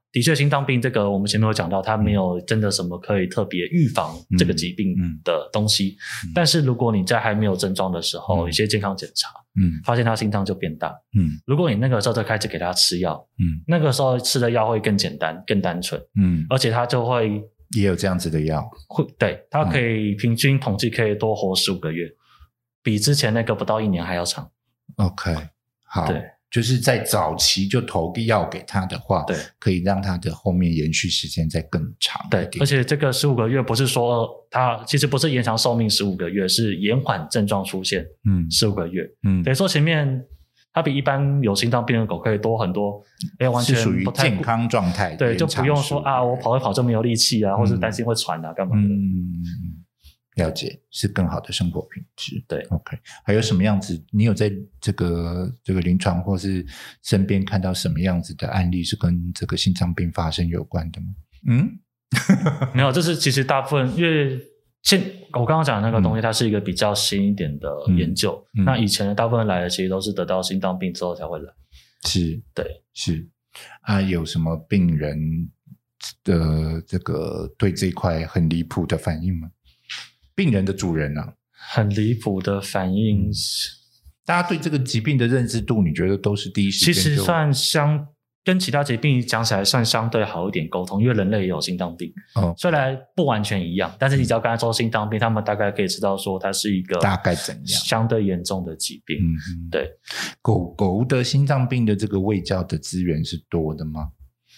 的确心脏病这个我们前面有讲到，它没有真的什么可以特别预防这个疾病的东西、嗯嗯、但是如果你在还没有症状的时候、嗯、一些健康检查嗯，发现他心脏就变大嗯，如果你那个时候就开始给他吃药嗯，那个时候吃的药会更简单更单纯嗯，而且他就会也有这样子的药会对，他可以平均统计可以多活十五个月，比之前那个不到一年还要长。 OK 好， 对， 就是在早期就投个药给他的话，对，可以让他的后面延续时间再更长一点。 对，而且这个十五个月不是说他其实不是延长寿命十五个月，是延缓症状出现嗯十五个月嗯，等于说前面它比一般有心脏病的狗可以多很多，哎，完全是属于健康状态， 对，就不用说啊我跑一跑就没有力气啊、嗯、或是担心会喘啊干嘛的。 嗯，了解，是更好的生活品质。 对 OK 还有什么样子你有在这个这个临床或是身边看到什么样子的案例是跟这个心脏病发生有关的吗？嗯没有，这是其实大部分因为现我刚刚讲的那个东西、嗯、它是一个比较新一点的研究、嗯嗯、那以前的大部分来的其实都是得到心脏病之后才会来。 是， 对， 是啊，有什么病人的这个对这一块很离谱的反应吗？病人的主人啊， 很离谱的反应、嗯、 大家对这个疾病的认知度你觉得都是第一时间就其实算相跟其他疾病讲起来算相对好一点沟通，因为人类也有心脏病、哦、虽然不完全一样，但是你只要跟他说心脏病、嗯、他们大概可以知道说它是一个大概怎样相对严重的疾病、嗯、对。 狗狗的心脏病的这个卫教的资源是多的吗？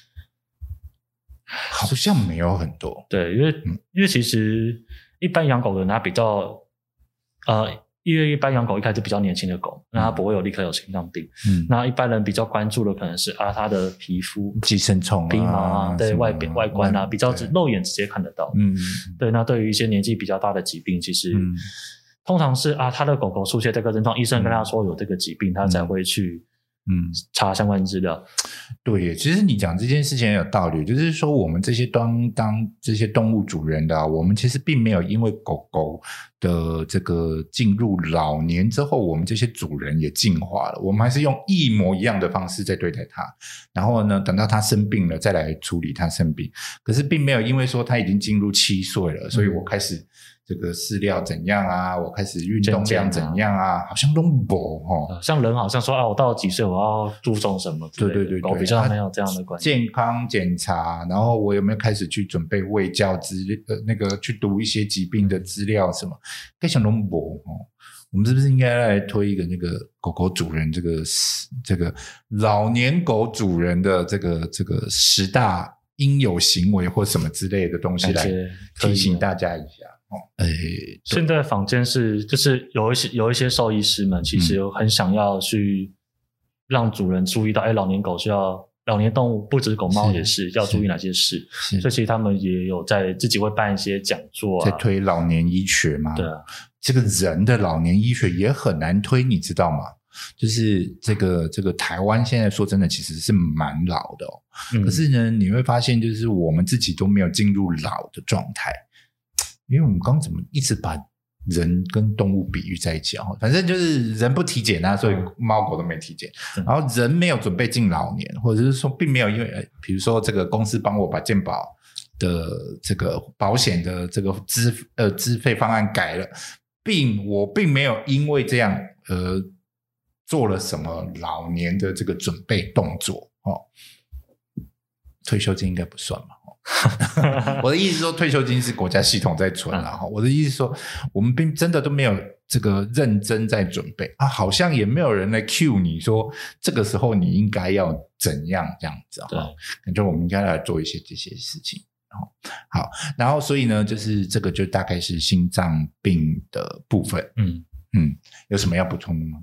好像没有很多。 对，因为、嗯、因为其实一般养狗的人他比较呃因为一般养狗一开始比较年轻的狗，那它不会有立刻有心脏病。嗯，那一般人比较关注的可能是啊，它的皮肤、 寄生虫、 皮毛啊，对外表、外观啊，比较肉眼直接看得到。嗯，对。那对于一些年纪比较大的疾病，其实、嗯、通常是啊，他的狗狗出现这个症状，医生跟他说有这个疾病，嗯、他才会去嗯查相关资料。 对耶，其实你讲这件事情很有道理，就是说我们这些当当这些动物主人的、啊，我们其实并没有因为狗狗的这个进入老年之后，我们这些主人也进化了，我们还是用一模一样的方式在对待它，然后呢等到它生病了再来处理它生病，可是并没有因为说它已经进入七岁了，所以我开始这个饲料怎样啊，我开始运动量怎样啊，好像都没有。 像人好像说啊，我到了几岁我要注重什么之类的， 对对对对， 狗比较没有这样的关系。 健康检查，然后我有没有开始去准备卫教资呃那个去读一些疾病的资料什么，该想都没有。我们是不是应该来推一个那个狗狗主人这个这个老年狗主人的这个这个十大应有行为或什么之类的东西来提醒大家一下。哦，诶， 现在坊间是就是有一些有一些兽医师们其实很想要去让主人注意到，哎、嗯，老年狗需要老年动物不止狗猫也是要注意哪些事，所以其实他们也有在自己会办一些讲座、啊， 在推老年医学嘛。 对啊， 这个人的老年医学也很难推，你知道吗？就是这个这个台湾现在说真的其实是蛮老的哦、嗯，可是呢你会发现就是我们自己都没有进入老的状态。因为我们刚刚怎么一直把人跟动物比喻在一起啊？反正就是人不体检啊，所以猫狗都没体检、嗯、然后人没有准备进老年，或者是说并没有因为比如说这个公司帮我把健保的这个保险的这个资呃资费方案改了，并我并没有因为这样呃做了什么老年的这个准备动作哦。退休金应该不算嘛。我的意思是说退休金是国家系统在存啦、嗯、我的意思是说我们并真的都没有这个认真在准备啊，好像也没有人来 cue 你说这个时候你应该要怎样这样子，感觉我们应该来做一些这些事情。好，然后所以呢就是这个就大概是心脏病的部分。嗯嗯，有什么要补充的吗？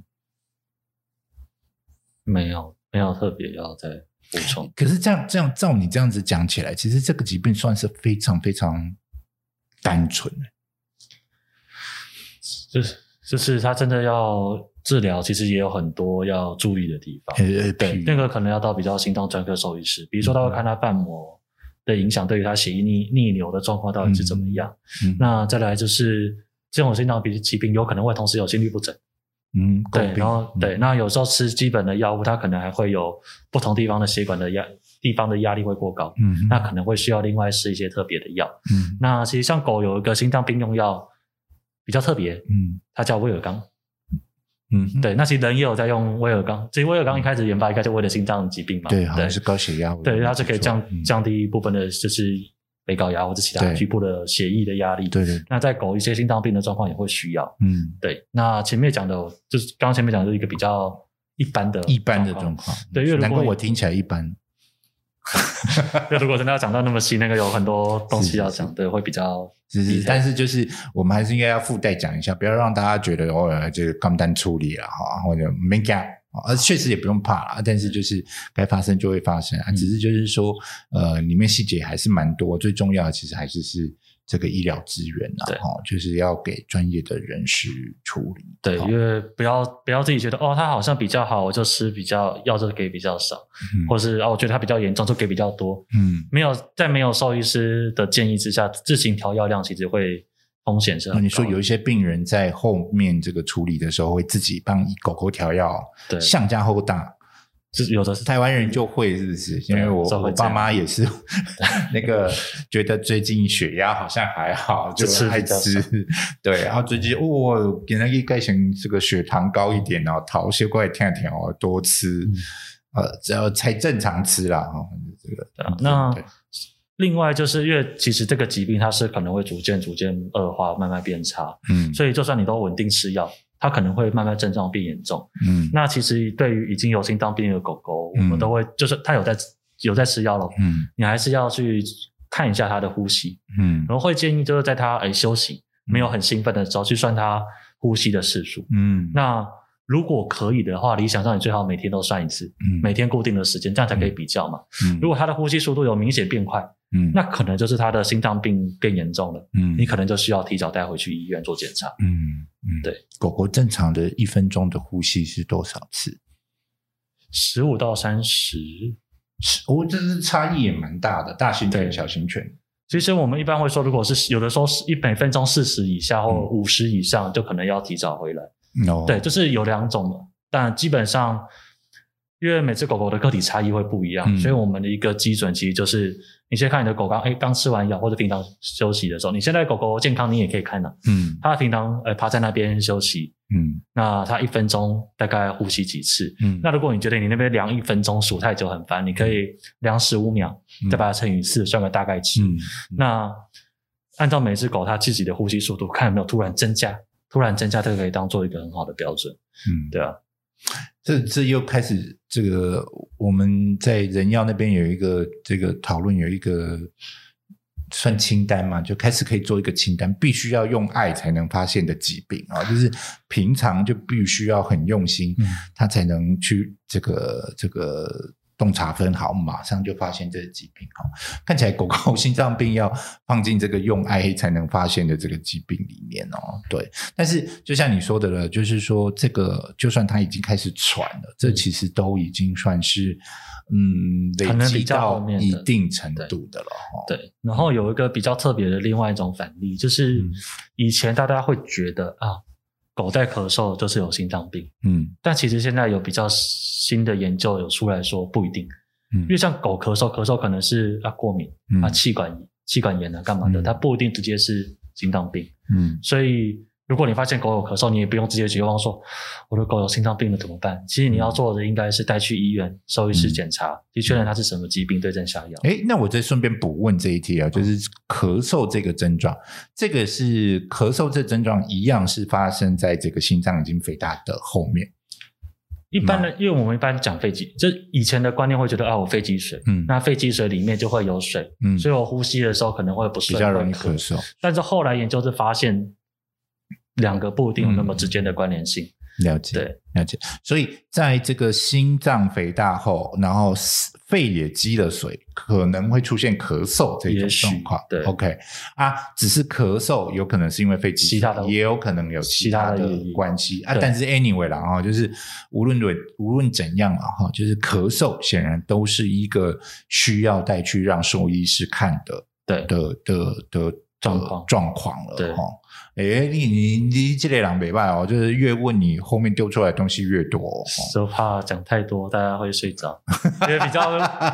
没有，没有特别要再补充。 可是这样这样照你这样子讲起来，其实这个疾病算是非常非常单纯的， 就是就是他真的要治疗，其实也有很多要注意的地方。 呃、 对，那个可能要到比较心脏专科兽医师，比如说他会看他瓣膜的影响对于他血液逆逆流的状况到底是怎么样。嗯嗯、那再来就是这种心脏疾病有可能会同时有心律不整。 嗯， 对，然后、嗯、对，那有时候吃基本的药物，它可能还会有不同地方的血管的压地方的压力会过高，嗯，那可能会需要另外施一些特别的药。嗯，那其实像狗有一个心脏病用药比较特别，嗯，它叫威尔刚。嗯，对，那其实人也有在用威尔刚，其实威尔刚一开始研发应该就为了心脏疾病嘛， 对，好像是高血压， 对，它是可以降、嗯、降低一部分的就是被高压或者其他局部的血液的压力， 对对。 那在狗一些心脏病的状况也会需要，嗯，对。那前面讲的就是刚刚前面讲的是一个比较一般的一般的状况， 对，因为难怪我听起来一般。 那如果真的要讲到那么细，那个有很多东西要讲，对，会比较是是，但是就是我们还是应该要附带讲一下，不要让大家觉得哦，这个简单处理了哈，或者没干，而确实也不用怕啦，但是就是该发生就会发生啊，只是就是说呃，里面细节还是蛮多，最重要的其实还是是这个医疗资源啊，哦，就是要给专业的人士处理。 对，因为不要不要自己觉得哦，他好像比较好，我就吃比较药就给比较少，嗯、或是哦，我觉得他比较严重就给比较多。嗯，没有在没有兽医师的建议之下，自行调药量其实会风险是很高的。 你说有一些病人在后面这个处理的时候，会自己帮狗狗调药，对，相加后大。 有的是台湾人就会，是不是？因为我我爸妈也是那个觉得最近血压好像还好，就爱吃。对，然后最近哦，给那个改成这个血糖高一点哦，头血过来听听哦，多吃，嗯、呃，只要才正常吃啦哈、哦。这个、 啊、那另外就是因为其实这个疾病它是可能会逐渐逐渐恶化，慢慢变差，嗯，所以就算你都稳定吃药，它可能会慢慢症状变严重。嗯，那其实对于已经有心脏病的狗狗，嗯、我们都会就是它有在有在吃药了，嗯，你还是要去看一下它的呼吸，嗯，然后会建议就是在它诶休息没有很兴奋的时候去算它呼吸的次数，嗯，那如果可以的话，理想上你最好每天都算一次，嗯，每天固定的时间，这样才可以比较嘛。嗯，如果它的呼吸速度有明显变快，嗯，那可能就是它的心脏病变严重了，嗯，你可能就需要提早带回去医院做检查。 嗯嗯，对，狗狗正常的一分钟的呼吸是多少次？ 十五到三十。 哦，这是差异也蛮大的，大型犬、小型犬。 其实我们一般会说，如果是有的时候一每分钟四十以下或五十以上，就可能要提早回来。No. 对，就是有两种的，但基本上因为每只狗狗的个体差异会不一样，嗯、所以我们的一个基准其实就是你先看你的狗刚诶刚吃完药或者平常休息的时候，你现在狗狗健康你也可以看啊，嗯，它平常呃趴在那边休息，嗯，那它一分钟大概呼吸几次，嗯，那如果你觉得你那边量一分钟数太久很烦，你可以量十五秒，嗯、再把它乘以四，算个大概值，嗯，那按照每只狗它自己的呼吸速度，看有没有突然增加。突然增加，这个可以当做一个很好的标准。嗯，对啊， 这这又开始这个我们在人药那边有一个这个讨论，有一个算清单嘛，就开始可以做一个清单，必须要用爱才能发现的疾病啊，就是平常就必须要很用心，嗯、他才能去这个这个。洞察分好，马上就发现这个疾病。看起来狗狗心脏病要放进这个用爱才能发现的这个疾病里面哦。对，但是就像你说的了，就是说这个就算它已经开始喘了，这其实都已经算是嗯累积到一定程度的了。 对，对，然后有一个比较特别的另外一种反例，就是以前大家会觉得啊。狗在咳嗽就是有心脏病，嗯，但其实现在有比较新的研究有出来说不一定，嗯，因为像狗咳嗽，咳嗽可能是啊过敏，嗯、啊气管气管炎啊干嘛的，嗯、它不一定直接是心脏病，嗯，所以如果你发现狗有咳嗽，你也不用直接绝望说我的狗有心脏病了怎么办？其实你要做的应该是带去医院兽医师检查，嗯、去确认它是什么疾病，对症下药。 诶，那我再顺便补问这一题啊，就是咳嗽这个症状，这个是咳嗽这症状一样是发生在这个心脏已经肥大的后面。 一般的，因为我们一般讲肺积，就以前的观念会觉得啊，我肺积水，嗯，那肺积水里面就会有水，嗯，所以我呼吸的时候可能会不顺， 比较容易咳嗽。 但是后来研究是发现。两个不一定有那么直接的关联性， 嗯、了解， 对， 了解。所以在这个心脏肥大后，然后肺也积了水，可能会出现咳嗽这种状况。对 ，OK 啊，只是咳嗽有可能是因为肺积水，也有可能有其他的关系啊。但是 anyway 啦哈，就是无论无论怎样啦哈，就是咳嗽显然都是一个需要带去让兽医师看的， 对的的的。状况状况了对、 哦、诶你你你这类人没办法哦，就是越问你后面丢出来的东西越多、哦、 就怕讲太多大家会睡着因为比较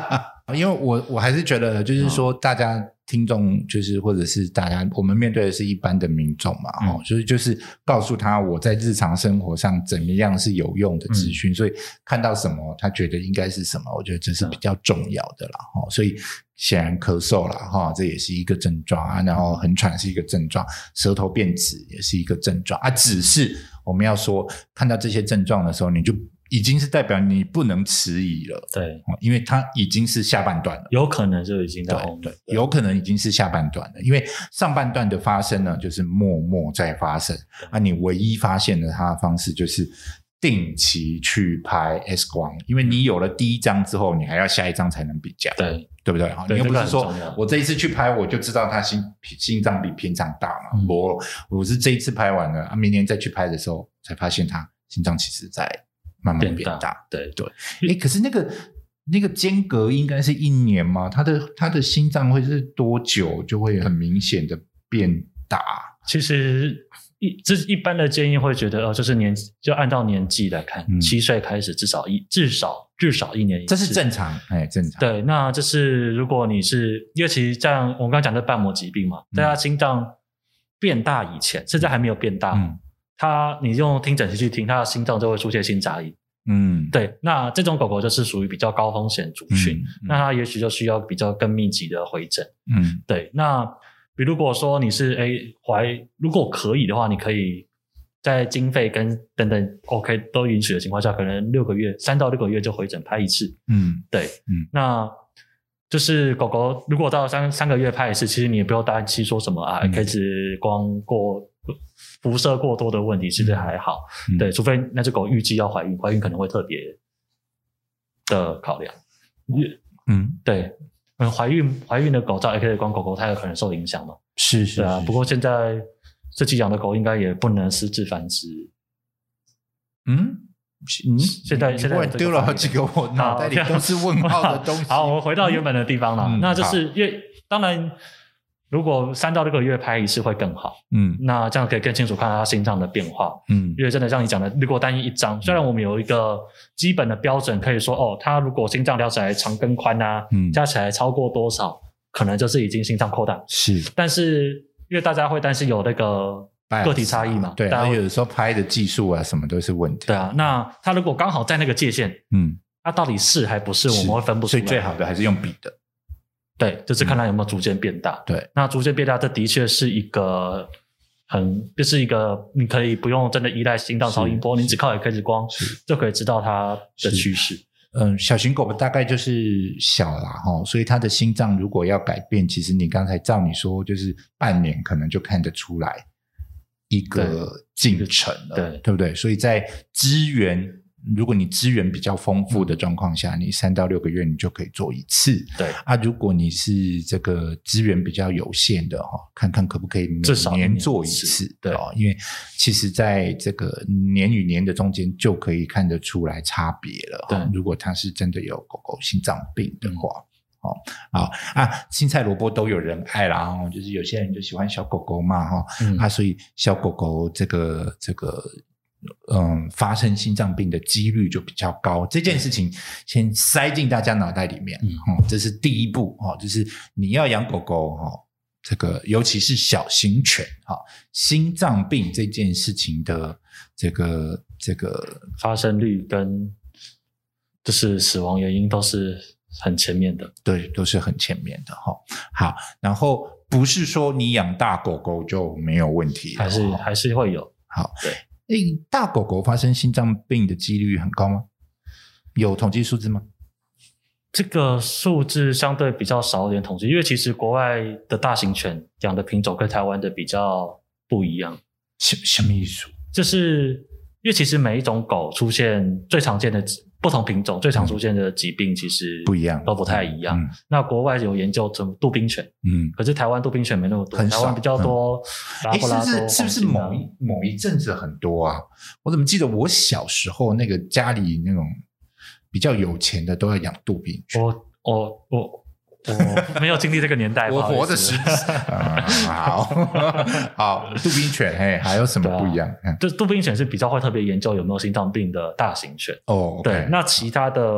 因为我我还是觉得就是说大家听众就是或者是大家我们面对的是一般的民众嘛、嗯哦、所以就是告诉他我在日常生活上怎么样是有用的资讯、嗯、所以看到什么他觉得应该是什么，我觉得这是比较重要的啦、哦、所以显然咳嗽啦、哦、这也是一个症状啊，然后很喘是一个症状，舌头变紫也是一个症状啊，只是我们要说看到这些症状的时候你就已经是代表你不能迟疑了， 对， 因为它已经是下半段了， 有可能就已经在后面， 对对，有可能已经是下半段了，因为上半段的发生呢，就是默默在发生，啊，你唯一发现的它的方式就是定期去拍 X 光，因为你有了第一张之后，你还要下一张才能比较， 对对不对？你又不是说我这一次去拍我就知道他心心脏比平常大嘛，嗯、我我是这一次拍完了，啊，明年再去拍的时候才发现他心脏其实在慢慢变大， 大对对。诶，可是那个那个间隔应该是一年吗？他的他的心脏会是多久就会很明显的变大？ 其实一这一般的建议会觉得，呃，就是年就按照年纪来看，嗯、七岁开始至少一至少至少一年一次， 这是正常，哎，正常。 对，那这是如果你是因为其实像我们刚刚讲的瓣膜疾病嘛，在他心脏变大以前，甚至还没有变大。嗯，他你用听诊器去听，他的心脏就会出现心杂音。嗯，对，那这种狗狗就是属于比较高风险族群，嗯嗯、那它也许就需要比较更密集的回诊。嗯，对，那比如果说你是诶怀，如果可以的话，你可以在经费跟等等 OK 都允许的情况下，可能六个月三到六个月就回诊拍一次。嗯，对，嗯，那就是狗狗如果到三三个月拍一次，其实你也不用担心说什么啊 X 光过辐射过多的问题，其实还好。嗯、对，除非那只狗预计要怀孕，怀孕可能会特别的考量。嗯，对，嗯，怀孕怀孕的狗照 X 光，狗狗它有可能受影响嘛？ 是是， 对啊。不过现在自己养的狗应该也不能私自繁殖。 嗯。嗯， 现在现在丢了好几个我脑袋里都是问号的东西。 好，我们回到原本的地方了。嗯、那就是因为当然，如果三到六个月拍一次会更好。嗯，那这样可以更清楚看到它心脏的变化。嗯，因为真的像你讲的，如果单一一张，虽然我们有一个基本的标准，可以说哦，它如果心脏量起来长跟宽啊，嗯，加起来超过多少，可能就是已经心脏扩大。 是， 但是因为大家会担心有那个个体差异嘛， 对，而且有的时候拍的技术啊什么都是问题。 对啊，那他如果刚好在那个界限，嗯，他到底是还不是，我们会分不出来。 所以最好的还是用比的。 对，就是看他有没有逐渐变大。 嗯、对， 那逐渐变大，这的确是一个很，就是一个你可以不用真的依赖心脏超音波，你只靠 X 光就可以知道它的趋势。 嗯，小型狗大概就是小啦齁，所以它的心脏如果要改变，其实你刚才照你说，就是半年可能就看得出来一个进程了， 对, 对, 对不对？所以在资源，如果你资源比较丰富的状况下，嗯、你三到六个月你就可以做一次。 对啊，如果你是这个资源比较有限的哈，看看可不可以每年做一次。对哦，因为其实在这个年与年的中间就可以看得出来差别了。对，如果它是真的有狗狗心脏病的话。嗯哦，好啊，青菜萝卜都有人爱啦，哦，就是有些人就喜欢小狗狗嘛，哈、哦嗯，啊，所以小狗狗这个这个，嗯，发生心脏病的几率就比较高。这件事情先塞进大家脑袋里面，嗯，哦，这是第一步，哦，就是你要养狗狗，哦，这个尤其是小型犬，哈、哦，心脏病这件事情的这个这个发生率跟就是死亡原因都是很前面的， 对，都是很前面的哈。好，然后不是说你养大狗狗就没有问题， 还是还是会有。 好，对，诶，大狗狗发生心脏病的几率很高吗？有统计数字吗？ 这个数字相对比较少一点统计，因为其实国外的大型犬养的品种跟台湾的比较不一样。 什什么意思？ 就是因为其实每一种狗出现最常见的不同品种最常出现的疾病其实不一样， 都不太一样。嗯、那国外有研究成杜宾犬，嗯，可是台湾杜宾犬没那么多，台湾比较多拉布拉多、 嗯、是不是是不是某一某一阵子很多啊？我怎么记得我小时候那个家里那种比较有钱的都要养杜宾犬。 我我我。我没有经历这个年代， 我活的时嗯、好好，杜宾犬嘿，还有什么不一样？ 啊、就杜宾犬是比较会特别研究有没有心脏病的大型犬。 哦， okay, 对，那其他的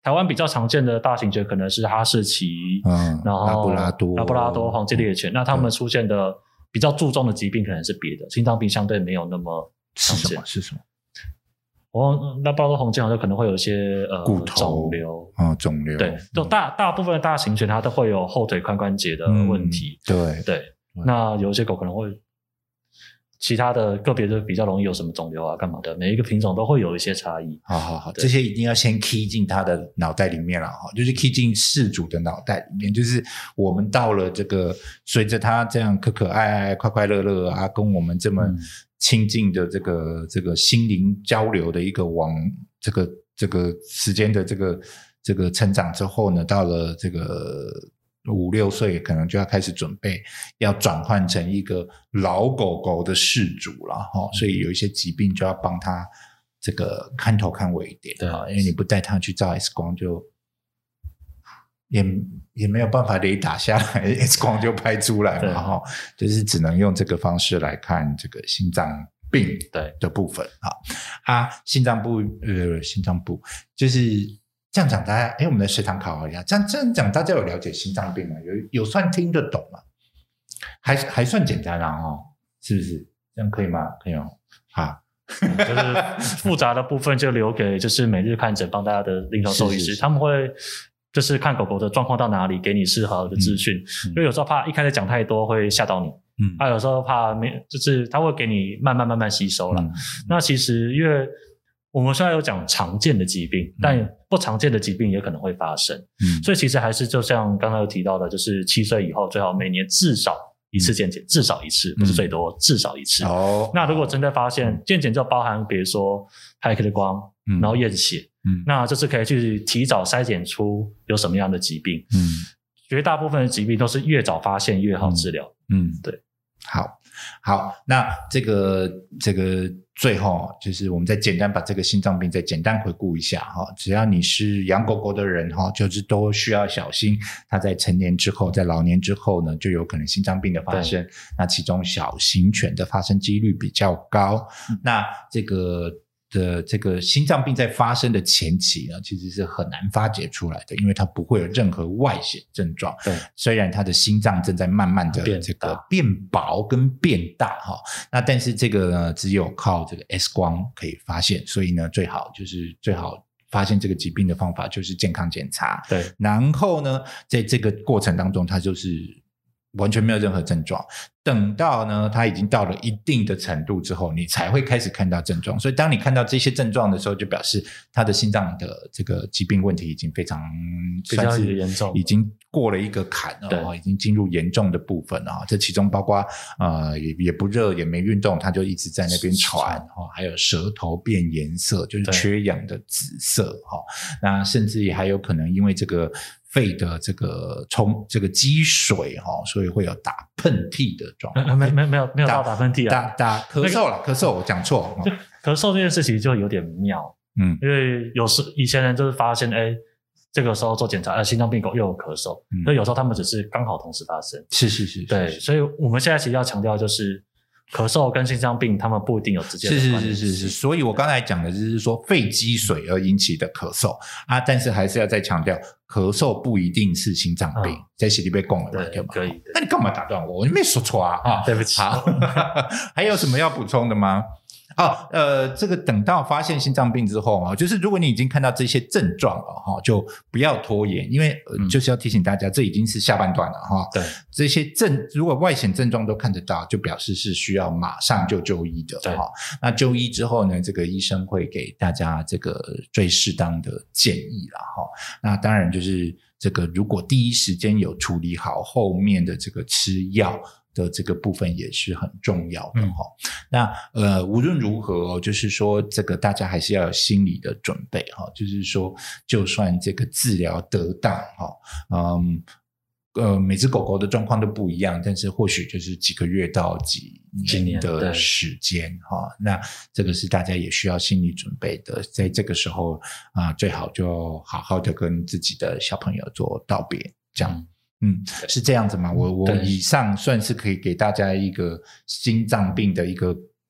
台湾比较常见的大型犬可能是哈士奇，嗯，然后拉布拉多、 拉布拉多、黄金猎犬，嗯、那他们出现的比较注重的疾病可能是别的，心脏病相对没有那么常见。 是什么？是什么？ 哦，拉布拉多黄金好像可能会有一些呃骨头肿瘤， 哦，肿瘤， 对，就大大部分的大型犬它都会有后腿髋关节的问题， 嗯、对对。那有一些狗可能会。其他的个别就比较容易有什么肿瘤啊干嘛的，每一个品种都会有一些差异。 好好好，这些一定要先 key 进他的脑袋里面了哈，就是 key 进饲主的脑袋里面，就是我们到了这个随着他这样可可爱爱快快乐乐啊，跟我们这么亲近的这个、嗯、这个心灵交流的一个往这个这个时间的这个这个成长之后呢，到了这个五六岁可能就要开始准备要转换成一个老狗狗的饲主了哈，所以有一些疾病就要帮他这个看头看尾一点，对，因为你不带他去照 X 光就也也没有办法雷打下来 X 光就拍出来嘛哈，就是只能用这个方式来看这个心脏病的部分啊啊，心脏部呃心脏部就是这样讲大家，哎，我们的食堂考好一下，这样这样讲大家有了解心脏病吗？有有算听得懂吗？还还算简单啊，哦，是不是？这样可以吗？可以哦，好。 嗯、就是复杂的部分就留给就是每日看诊帮大家的临床兽医师，是是是他们会就是看狗狗的状况到哪里，给你适合的资讯。嗯、因为有时候怕一开始讲太多会吓到你，嗯，他、啊、有时候怕没，就是他会给你慢慢慢慢吸收了。嗯、那其实因为我们虽然有讲常见的疾病，嗯、但不常见的疾病也可能会发生。嗯，所以其实还是就像刚才有提到的，就是七岁以后最好每年至少一次健检，嗯、至少一次，不是最多，嗯、至少一次。哦，那如果真的发现健检就包含比如说拍 X 光，嗯、然后验血，嗯，那就是可以去提早筛检出有什么样的疾病。嗯，绝大部分的疾病都是越早发现越好治疗。嗯，嗯对。 好，好，那这个这个最后就是我们再简单把这个心脏病再简单回顾一下哈，只要你是养狗狗的人哈，就是都需要小心，它在成年之后，在老年之后呢，就有可能心脏病的发生。那其中小型犬的发生几率比较高，嗯、那这个。的这个心脏病在发生的前期呢，其实是很难发觉出来的，因为它不会有任何外显症状。对，虽然它的心脏正在慢慢的这个变薄跟变大哈，那但是这个呢，只有靠这个 X 光可以发现，所以呢，最好就是最好发现这个疾病的方法就是健康检查。对，然后呢，在这个过程当中，它就是完全没有任何症状，等到呢它已经到了一定的程度之后，你才会开始看到症状。所以当你看到这些症状的时候，就表示它的心脏的这个疾病问题已经非常算是严重，已经过了一个坎了，已经进入严重的部分了。这其中包括呃 也, 也不热也没运动，它就一直在那边喘，还有舌头变颜色，就是缺氧的紫色。那甚至也还有可能因为这个肺的这个冲这个积水哈，所以会有打喷嚏的状况。 没没没有没有到打喷嚏啊， 打打咳嗽了，咳嗽我讲错。 就咳嗽这件事情就有点妙，嗯，因为有时以前人就是发现，哎，这个时候做检查，呃，心脏病狗又有咳嗽，嗯，所以有时候他们只是刚好同时发生。 是是是， 对，所以我们现在其实要强调就是。咳嗽跟心脏病，他们不一定有直接的关联。 是是是是是，所以我刚才讲的就是说肺积水而引起的咳嗽啊，但是还是要再强调，咳嗽不一定是心脏病。在这里被供了嘛，对吧？可以。那你干嘛打断我？我没说错啊！啊， 对不起。 好，还有什么要补充的吗？哦，呃，这个等到发现心脏病之后啊，就是如果你已经看到这些症状了哈，就不要拖延，因为、呃嗯、就是要提醒大家，这已经是下半段了哈。对，这些症如果外显症状都看得到，就表示是需要马上就就医的哈。那就医之后呢，这个医生会给大家这个最适当的建议啦哈。那当然就是这个，如果第一时间有处理好后面的这个吃药的这个部分也是很重要的哈、嗯。那呃无论如何、哦、就是说这个大家还是要有心理的准备哈，就是说就算这个治疗得当哈，嗯呃每只狗狗的状况都不一样，但是或许就是几个月到几年的时间哈。那这个是大家也需要心理准备的，在这个时候啊、呃，最好就好好的跟自己的小朋友做道别，这样。嗯嗯，是这样子吗？我我以上算是可以给大家一个心脏病的一个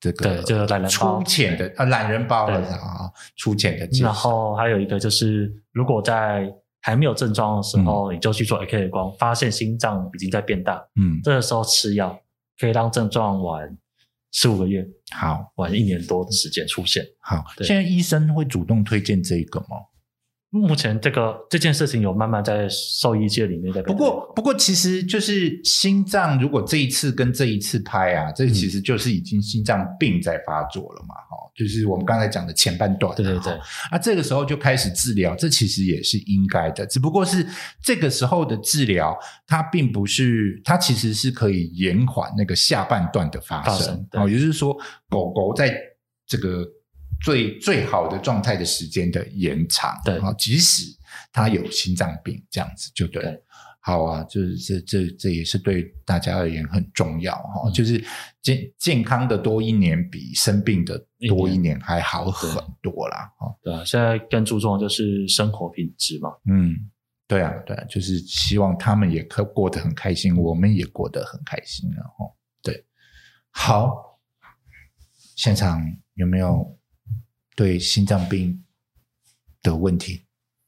这个对，就是懒人包粗浅的啊懒人包了啊，粗浅的介绍。 然后还有一个就是，如果在还没有症状的时候，嗯、你就去做 X 光，发现心脏已经在变大，嗯，这个时候吃药可以让症状晚十五个月， 好， 晚一年多的时间出现。 好，现在医生会主动推荐这个吗？ 目前这个这件事情有慢慢在兽医界里面在被。 不过不过其实就是心脏，如果这一次跟这一次拍啊，这其实就是已经心脏病在发作了嘛，齁，就是我们刚才讲的前半段。 对对对。 啊，这个时候就开始治疗，这其实也是应该的，只不过是这个时候的治疗，它并不是，它其实是可以延缓那个下半段的发生。发生哦，也就是说，狗狗在这个。最最好的状态的时间的延长，对啊，即使他有心脏病，这样子就对了。对，好啊，就是这这这也是对大家而言很重要哈、嗯，就是健健康的多一年比生病的多一年还好很多啦。 对啊，现在更注重的就是生活品质嘛。 嗯，对啊，对啊，就是希望他们也可过得很开心，我们也过得很开心啊。对，好，现场有没有？对心脏病的问题，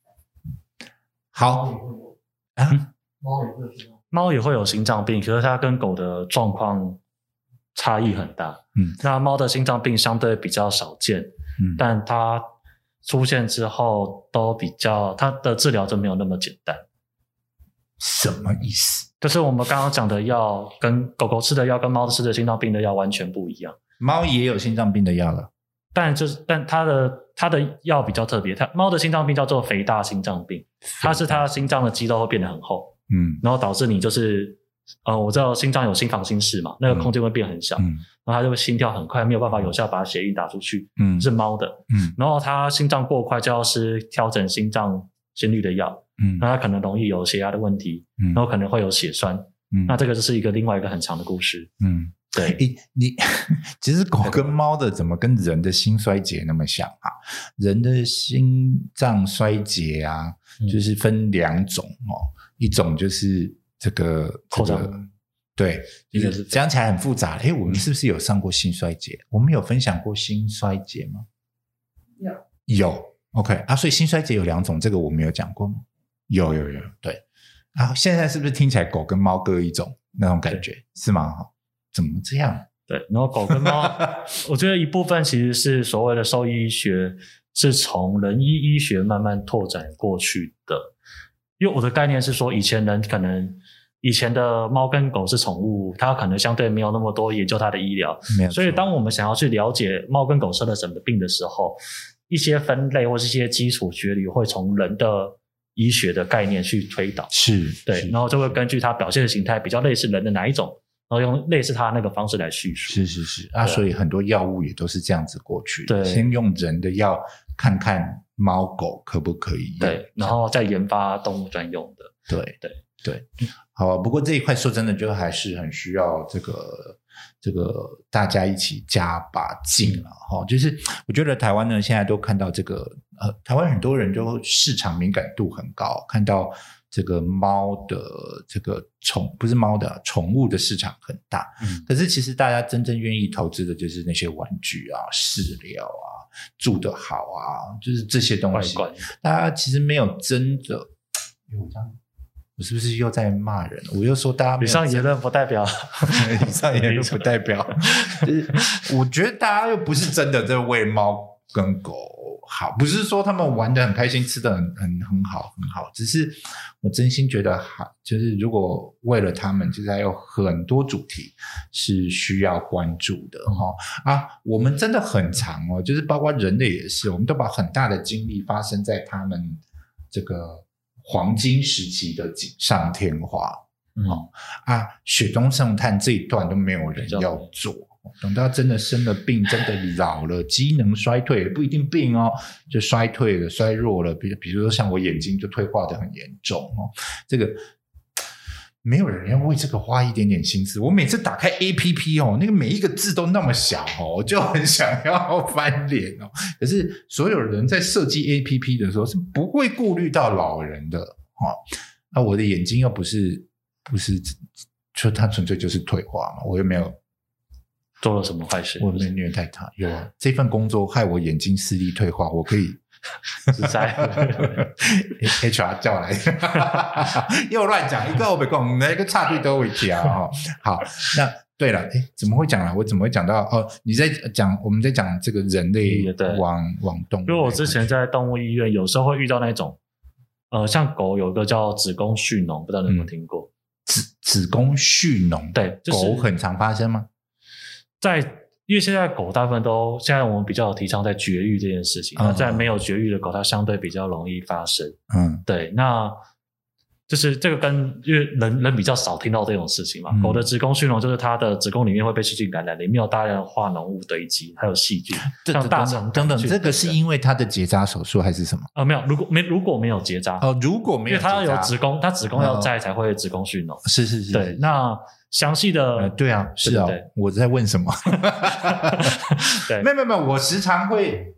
好啊， 猫也会有猫也会有心脏病，可是它跟狗的状况差异很大。嗯，那猫的心脏病相对比较少见，嗯，但它出现之后都比较，它的治疗就没有那么简单。 什么意思？ 就是我们刚刚讲的药，跟狗狗吃的药跟猫吃的心脏病的药完全不一样。 猫也有心脏病的药了。 但就是，但它的它的药比较特别，它猫的心脏病叫做肥大心脏病，它是它心脏的肌肉会变得很厚，嗯，然后导致你就是，呃，我知道心脏有心房心室嘛，那个空间会变很小，嗯，然后它就会心跳很快，没有办法有效把血液打出去，嗯，是猫的，嗯，然后它心脏过快就要吃调整心脏心率的药，嗯，那它可能容易有血压的问题，嗯，然后可能会有血栓，嗯，那这个就是一个另外一个很长的故事，嗯。对， 你你其实狗跟猫的怎么跟人的心衰竭那么像啊？人的心脏衰竭啊，嗯、就是分两种哦，一种就是这个这个，对，就是讲起来很复杂。诶，我们是不是有上过心衰竭？我们有分享过心衰竭吗？有有 ，OK 啊，所以心衰竭有两种，这个我们有讲过吗？有有有，对啊，现在是不是听起来狗跟猫各一种那种感觉是吗？怎么这样？ 对，然后狗跟猫，我觉得一部分其实是所谓的兽医学是从人医医学慢慢拓展过去的。因为我的概念是说，以前人可能以前的猫跟狗是宠物，它可能相对没有那么多研究它的医疗，所以当我们想要去了解猫跟狗生了什么病的时候，一些分类或是一些基础学理会从人的医学的概念去推导， 是对，然后就会根据它表现的形态比较类似人的哪一种。然后用类似它那个方式来叙述， 是是是啊，所以很多药物也都是这样子过去的， 对， 先用人的药看看猫狗可不可以用， 对，然后再研发动物专用的， 对对对，好啊，不过这一块说真的，就还是很需要这个这个大家一起加把劲了哈。就是我觉得台湾呢，现在都看到这个呃，台湾很多人就市场敏感度很高，看到。这个猫的这个宠不是猫的宠物的市场很大、嗯、可是其实大家真正愿意投资的就是那些玩具啊饲料啊住得好啊，就是这些东西大家其实没有真的我这样我是不是又在骂人？我又说大家没有以上言论不代表以上言论不代表就是我觉得大家又不是真的在为猫跟狗好，不是说他们玩得很开心吃得很很很好很好，只是我真心觉得好，就是如果为了他们就是还有很多主题是需要关注的、哦、啊，我们真的很长哦，就是包括人类也是，我们都把很大的精力发生在他们这个黄金时期的锦上添花、嗯哦、啊，雪中送炭这一段都没有人要做，等到真的生了病，真的老了，机能衰退，不一定病哦，就衰退了衰弱了，比比如说像我眼睛就退化得很严重哦，这个没有人要为这个花一点点心思。我每次打开 A P P 哦，那个每一个字都那么小哦，我就很想要翻脸哦。可是所有人在设计 A P P 的时候是不会顾虑到老人的哦。那、啊、我的眼睛又不是不是就它纯粹就是退化嘛，我又没有做了什么坏事？ 我没虐待他，有啊，这份工作害我眼睛视力退化，我可以实在 H R 叫来又乱讲一个我没讲那个插队都会讲哦。好，那对了，诶怎么会讲了？我怎么会讲到哦？你在讲我们在讲这个人类往往动物， 因为我之前在动物医院有时候会遇到那种呃，像狗有一个叫子宫蓄脓，不知道你有没有听过？ 子子宫蓄脓， 对，就是、 狗很常发生吗？ 在因为现在狗大部分都现在我们比较有提倡在绝育这件事情，那、嗯、在没有绝育的狗，它相对比较容易发生。嗯，对，那就是这个跟因为人人比较少听到这种事情嘛。嗯、狗的子宫蓄脓就是它的子宫里面会被细菌感染，里面有大量的化脓物堆积，还有细菌，像大肠等等。这个是因为它的结扎手术还是什么？ 呃，没有，如果没如果没有结扎哦，如果没有结扎， 因为它有子宫，它子宫要在才会子宫蓄脓。 是是是， 对，那。详细的、 呃、对啊是啊，我在问什么对， 没有没有没有，我时常会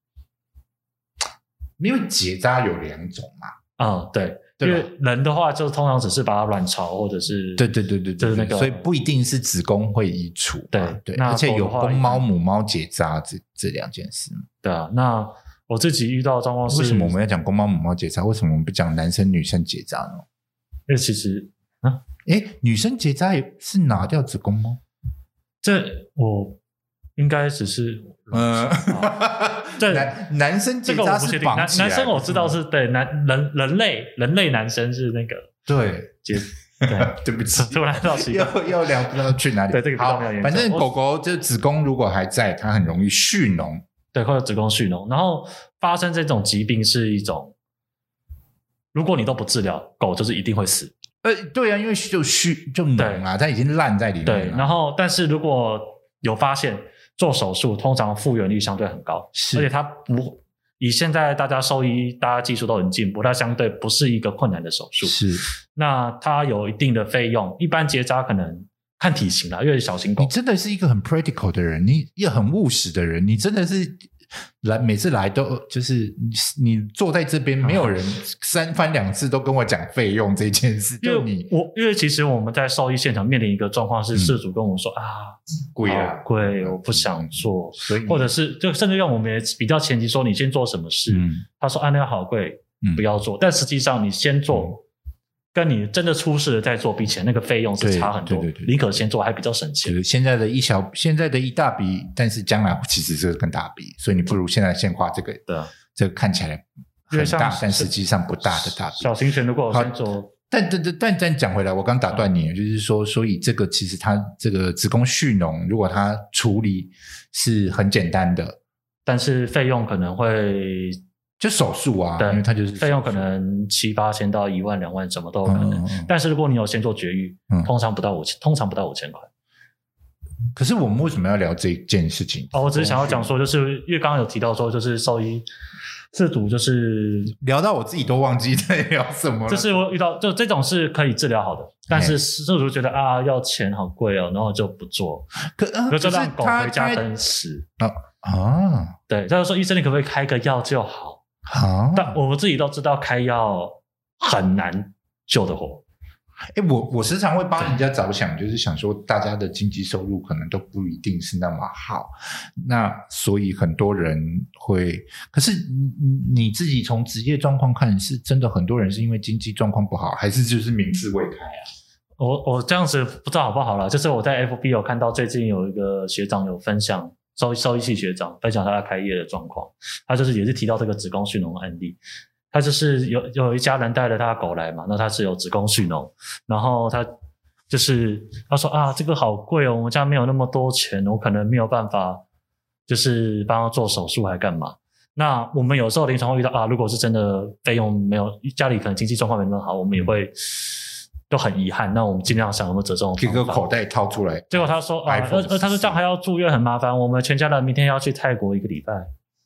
因为结扎有两种嘛， 嗯对，对，因为人的话就通常只是把它卵巢或者是对对对对，就是那个，所以不一定是子宫会移除， 对对，而且有公猫母猫结扎这这两件事， 对啊。那我自己遇到的状况是， 为什么我们要讲公猫母猫结扎？为什么我们不讲男生女生结扎呢？ 因为其实啊。 诶，女生结扎也是拿掉子宫吗？ 这我应该只是嗯， 对，男男生结扎是绑起来， 男男生我知道是对男人人类人类男生是那个对结对对不起， 突然到奇又又聊不知道去哪里。 对，这个比较没有严重。 反正狗狗就子宫如果还在，它很容易蓄脓， 对，或者子宫蓄脓，然后发生这种疾病是一种，如果你都不治疗，狗就是一定会死。 呃，对啊，因为就虚就脓啊，它已经烂在里面了。 对，然后但是如果有发现做手术，通常复原率相对很高， 是， 而且它不以现在大家兽医大家技术都很进步，它相对不是一个困难的手术。 是， 那它有一定的费用，一般结扎可能看体型啦，因为小型狗。 你真的是一个很 practical 的人，你也很务实的人，你真的是。来每次来都就是你坐在这边，没有人三番两次都跟我讲费用这件事。就你我因为其实我们在兽医现场面临一个状况是，事主跟我们说、嗯、啊贵啊贵，我不想做， 所以或者是就甚至让我们也比较前期说你先做什么事，嗯、他说啊那个好贵，不要做、嗯。但实际上你先做。嗯跟你真的出事了再做比起来，那个费用是差很多。对对对对，宁可先做还比较省钱。 就是现在的一小，现在的一大笔，但是将来其实是更大笔，所以你不如现在先花这个。对，这个看起来很大，但实际上不大的大笔。 小型犬如果我先做， 但但但但但讲回来，我刚打断你，就是说，所以这个其实它这个子宫蓄脓，如果它处理是很简单的， 但是费用可能会。 就手术啊， 对， 因为它就是费用可能七八千到一万两万，什么都有可能。嗯嗯嗯，但是如果你有先做绝育，嗯、通常不到五千，通常不到五千块。 可是我们为什么要聊这件事情？ 哦，我只是想要讲说，就是因为刚刚有提到说，就是兽医饲主就是聊到我自己都忘记在聊什么了。 就是我遇到就这种是可以治疗好的，但是饲主觉得啊要钱好贵哦，然后就不做。 可呃， 可是让狗回家等死啊啊！ 对，他就说医生，你可不可以开个药就好？ 啊！ 但我们自己都知道开药很难救得活。 哎，我我时常会帮人家着想，就是想说大家的经济收入可能都不一定是那么好，那所以很多人会，可是你你自己从职业状况看，是真的很多人是因为经济状况不好，还是就是明智未开啊？ 我我这样子不知道好不好啦，就是我在 F B 有看到最近有一个学长有分享。兽兽医系学长分享他开业的状况，他就是也是提到这个子宫蓄脓的案例。他就是有有一家人带了他的狗来嘛，那他是有子宫蓄脓，然后他就是他说啊，这个好贵哦，我们家没有那么多钱，我可能没有办法，就是帮他做手术还干嘛？那我们有时候临床会遇到啊，如果是真的费用没有，家里可能经济状况没那么好，我们也会。都很遗憾，那我们尽量想有没有折中的方法。 一个口袋掏出来。 结果他说啊，呃呃，他说这样还要住院很麻烦，我们全家人明天要去泰国一个礼拜。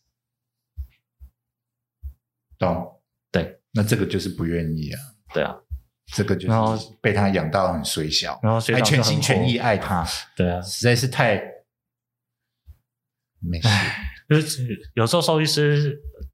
懂？对，那这个就是不愿意啊。 对啊， 这个就是被他养到很衰小， 然后还全心全意爱他。 对啊， 实在是太没事。 就是有时候兽医师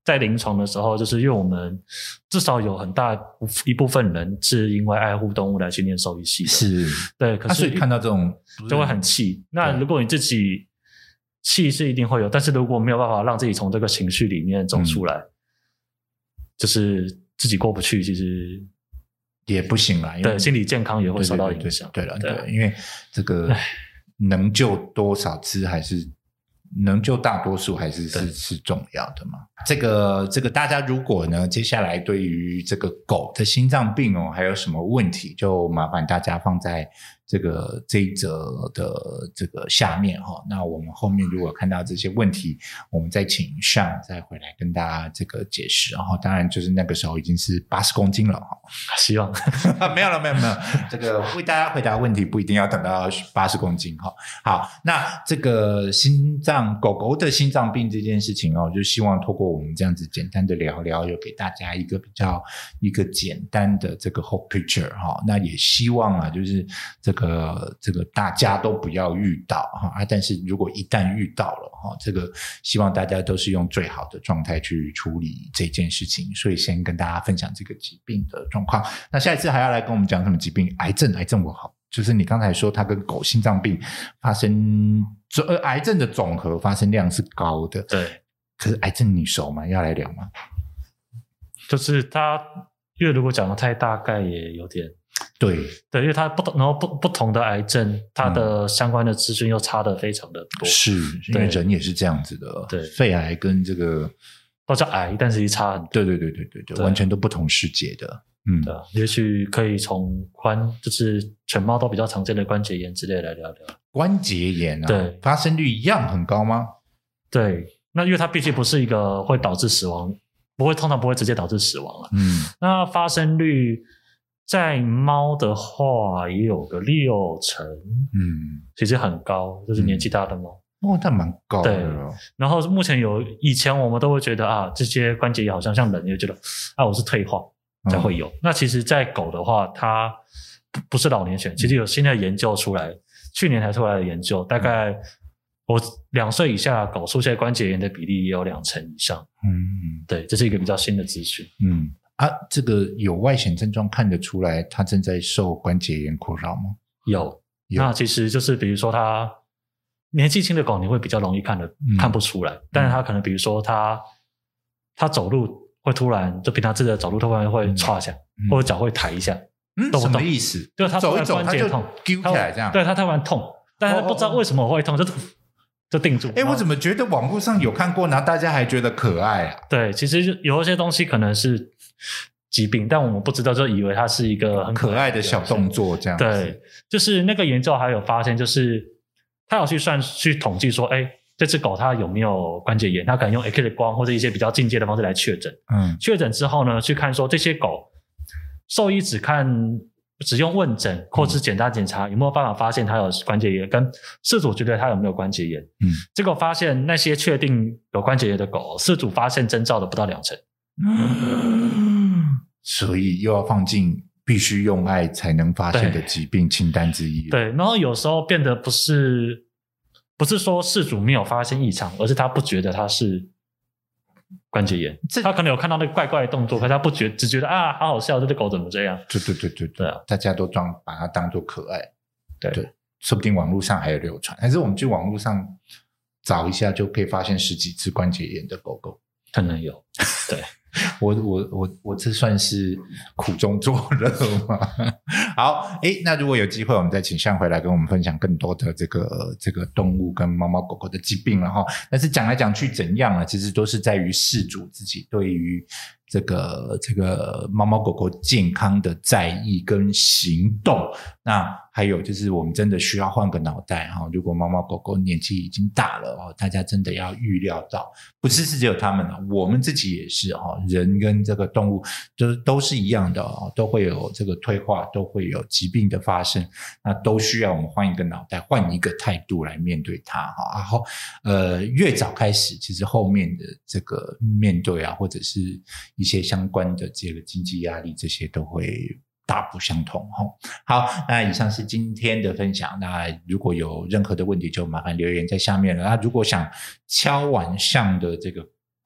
在临床的时候，就是因为我们至少有很大一部分人是因为爱护动物来去念兽医系的， 是， 对，可是、 啊、所以看到这种就会很气。那如果你自己气是一定会有，但是如果没有办法让自己从这个情绪里面走出来，嗯、就是自己过不去，其实也不行啦。 对，心理健康也会受到影响。 对了，对，对，因为这个能救多少只还是。能救大多数还是是是重要的嘛？这个这个大家如果呢，接下来对于这个狗的心脏病哦，还有什么问题，就麻烦大家放在这个这一则的这个下面哈、哦。那我们后面如果看到这些问题，我们再请上再回来跟大家这个解释。然后当然就是那个时候已经是八十公斤了哈， 希望没有了没有没有，这个为大家回答问题不一定要等到八十公斤哈。好，那这个心脏。狗狗的心脏病这件事情哦，就希望透过我们这样子简单的聊聊，有给大家一个比较一个简单的这个 whole picture 哈、哦。那也希望啊，就是这个这个大家都不要遇到哈啊，但是如果一旦遇到了哈、哦，这个希望大家都是用最好的状态去处理这件事情。所以先跟大家分享这个疾病的状况。那下一次还要来跟我们讲什么疾病？癌症，癌症我好。就是你刚才说它跟狗心脏病发生呃癌症的总和发生量是高的， 对。 可是癌症你熟吗？要来聊吗？ 就是它，因为如果讲的太大概也有点对对，因为它不同，然后不不同的癌症，它的相关的资讯又差得非常的多。 是因为人也是这样子的， 对， 肺癌跟这个都叫癌，但是也差很多。 对对对对对对，完全都不同世界的。嗯， 对啊，也许可以从关，就是犬猫都比较常见的关节炎之类来聊聊。 关节炎啊， 对， 发生率一样很高吗？ 对，那因为它毕竟不是一个会导致死亡，不会通常不会直接导致死亡了。嗯，那发生率在猫的话也有个六成，嗯，其实很高，就是年纪大的猫。 嗯、哦，那蛮高的了。 对，然后目前有以前我们都会觉得啊，这些关节炎好像像人，就觉得啊，我是退化。才会有、嗯、那其实在狗的话它不是老年犬，其实有新的研究出来，去年才出来的研究，大概我两岁以下的狗出现关节炎的比例也有两成以上。嗯，对，这是一个比较新的资讯。 嗯啊，这个有外显症状看得出来它正在受关节炎困扰吗？ 有，有那其实就是比如说它年纪轻的狗你会比较容易看得、嗯、看不出来，但是它可能比如说它它走路会突然就平常自己的走路突然会岔一下、嗯、或者脚会抬一下， 嗯， 懂不懂？ 什么意思？ 就是他走一走他就揪起来这样， 对，他突然痛，但是他不知道为什么会痛，就就定住。 哎，我怎么觉得网络上有看过，然后大家还觉得可爱啊？ 对，其实有一些东西可能是疾病，但我们不知道，就以为它是一个很可爱的小动作这样子。 对，就是那个研究还有发现，就是他有去算去统计说，哎。这只狗它有没有关节炎，它可能用 X 光或者一些比较进阶的方式来确诊。嗯，确诊之后呢，去看说这些狗，兽医只看只用问诊或是简单检查、嗯、有没有办法发现它有关节炎，跟饲主觉得它有没有关节炎。嗯，结果发现那些确定有关节炎的狗，饲主发现征兆的不到两成。 嗯，所以又要放进必须用爱才能发现的疾病清单之一。 对，然后有时候变得不是。不是说饲主没有发现异常，而是他不觉得他是关节炎，他可能有看到那个怪怪的动作，可是他不觉只觉得啊，好好笑，这只狗怎么这样？ 对对对对对啊！大家都装把它当作可爱， 对对，说不定网络上还有流传，还是我们去网络上找一下就可以发现十几只关节炎的狗狗， 可能有，对。 我我我我这算是苦中作乐吗？好，诶，那如果有机会，我们再请向回来跟我们分享更多的这个这个动物跟猫猫狗狗的疾病了哈。但是讲来讲去怎样呢？其实都是在于饲主自己对于这个这个猫猫狗狗健康的在意跟行动。那还有就是我们真的需要换个脑袋哈。如果猫猫狗狗年纪已经大了哦，大家真的要预料到，不是是只有他们哦，我们自己也是哦。人跟这个动物都都是一样的哦，都会有这个退化，都会有疾病的发生，那都需要我们换一个脑袋，换一个态度来面对它哈。然后呃，越早开始，其实后面的这个面对啊，或者是一些相关的这个经济压力，这些都会大不相同哈。好，那以上是今天的分享。那如果有任何的问题，就麻烦留言在下面了。那如果想敲碗上的这个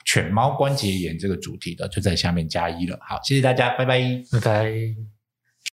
犬猫关节炎这个主题的，就在下面加一了。好，谢谢大家，拜拜， 拜拜。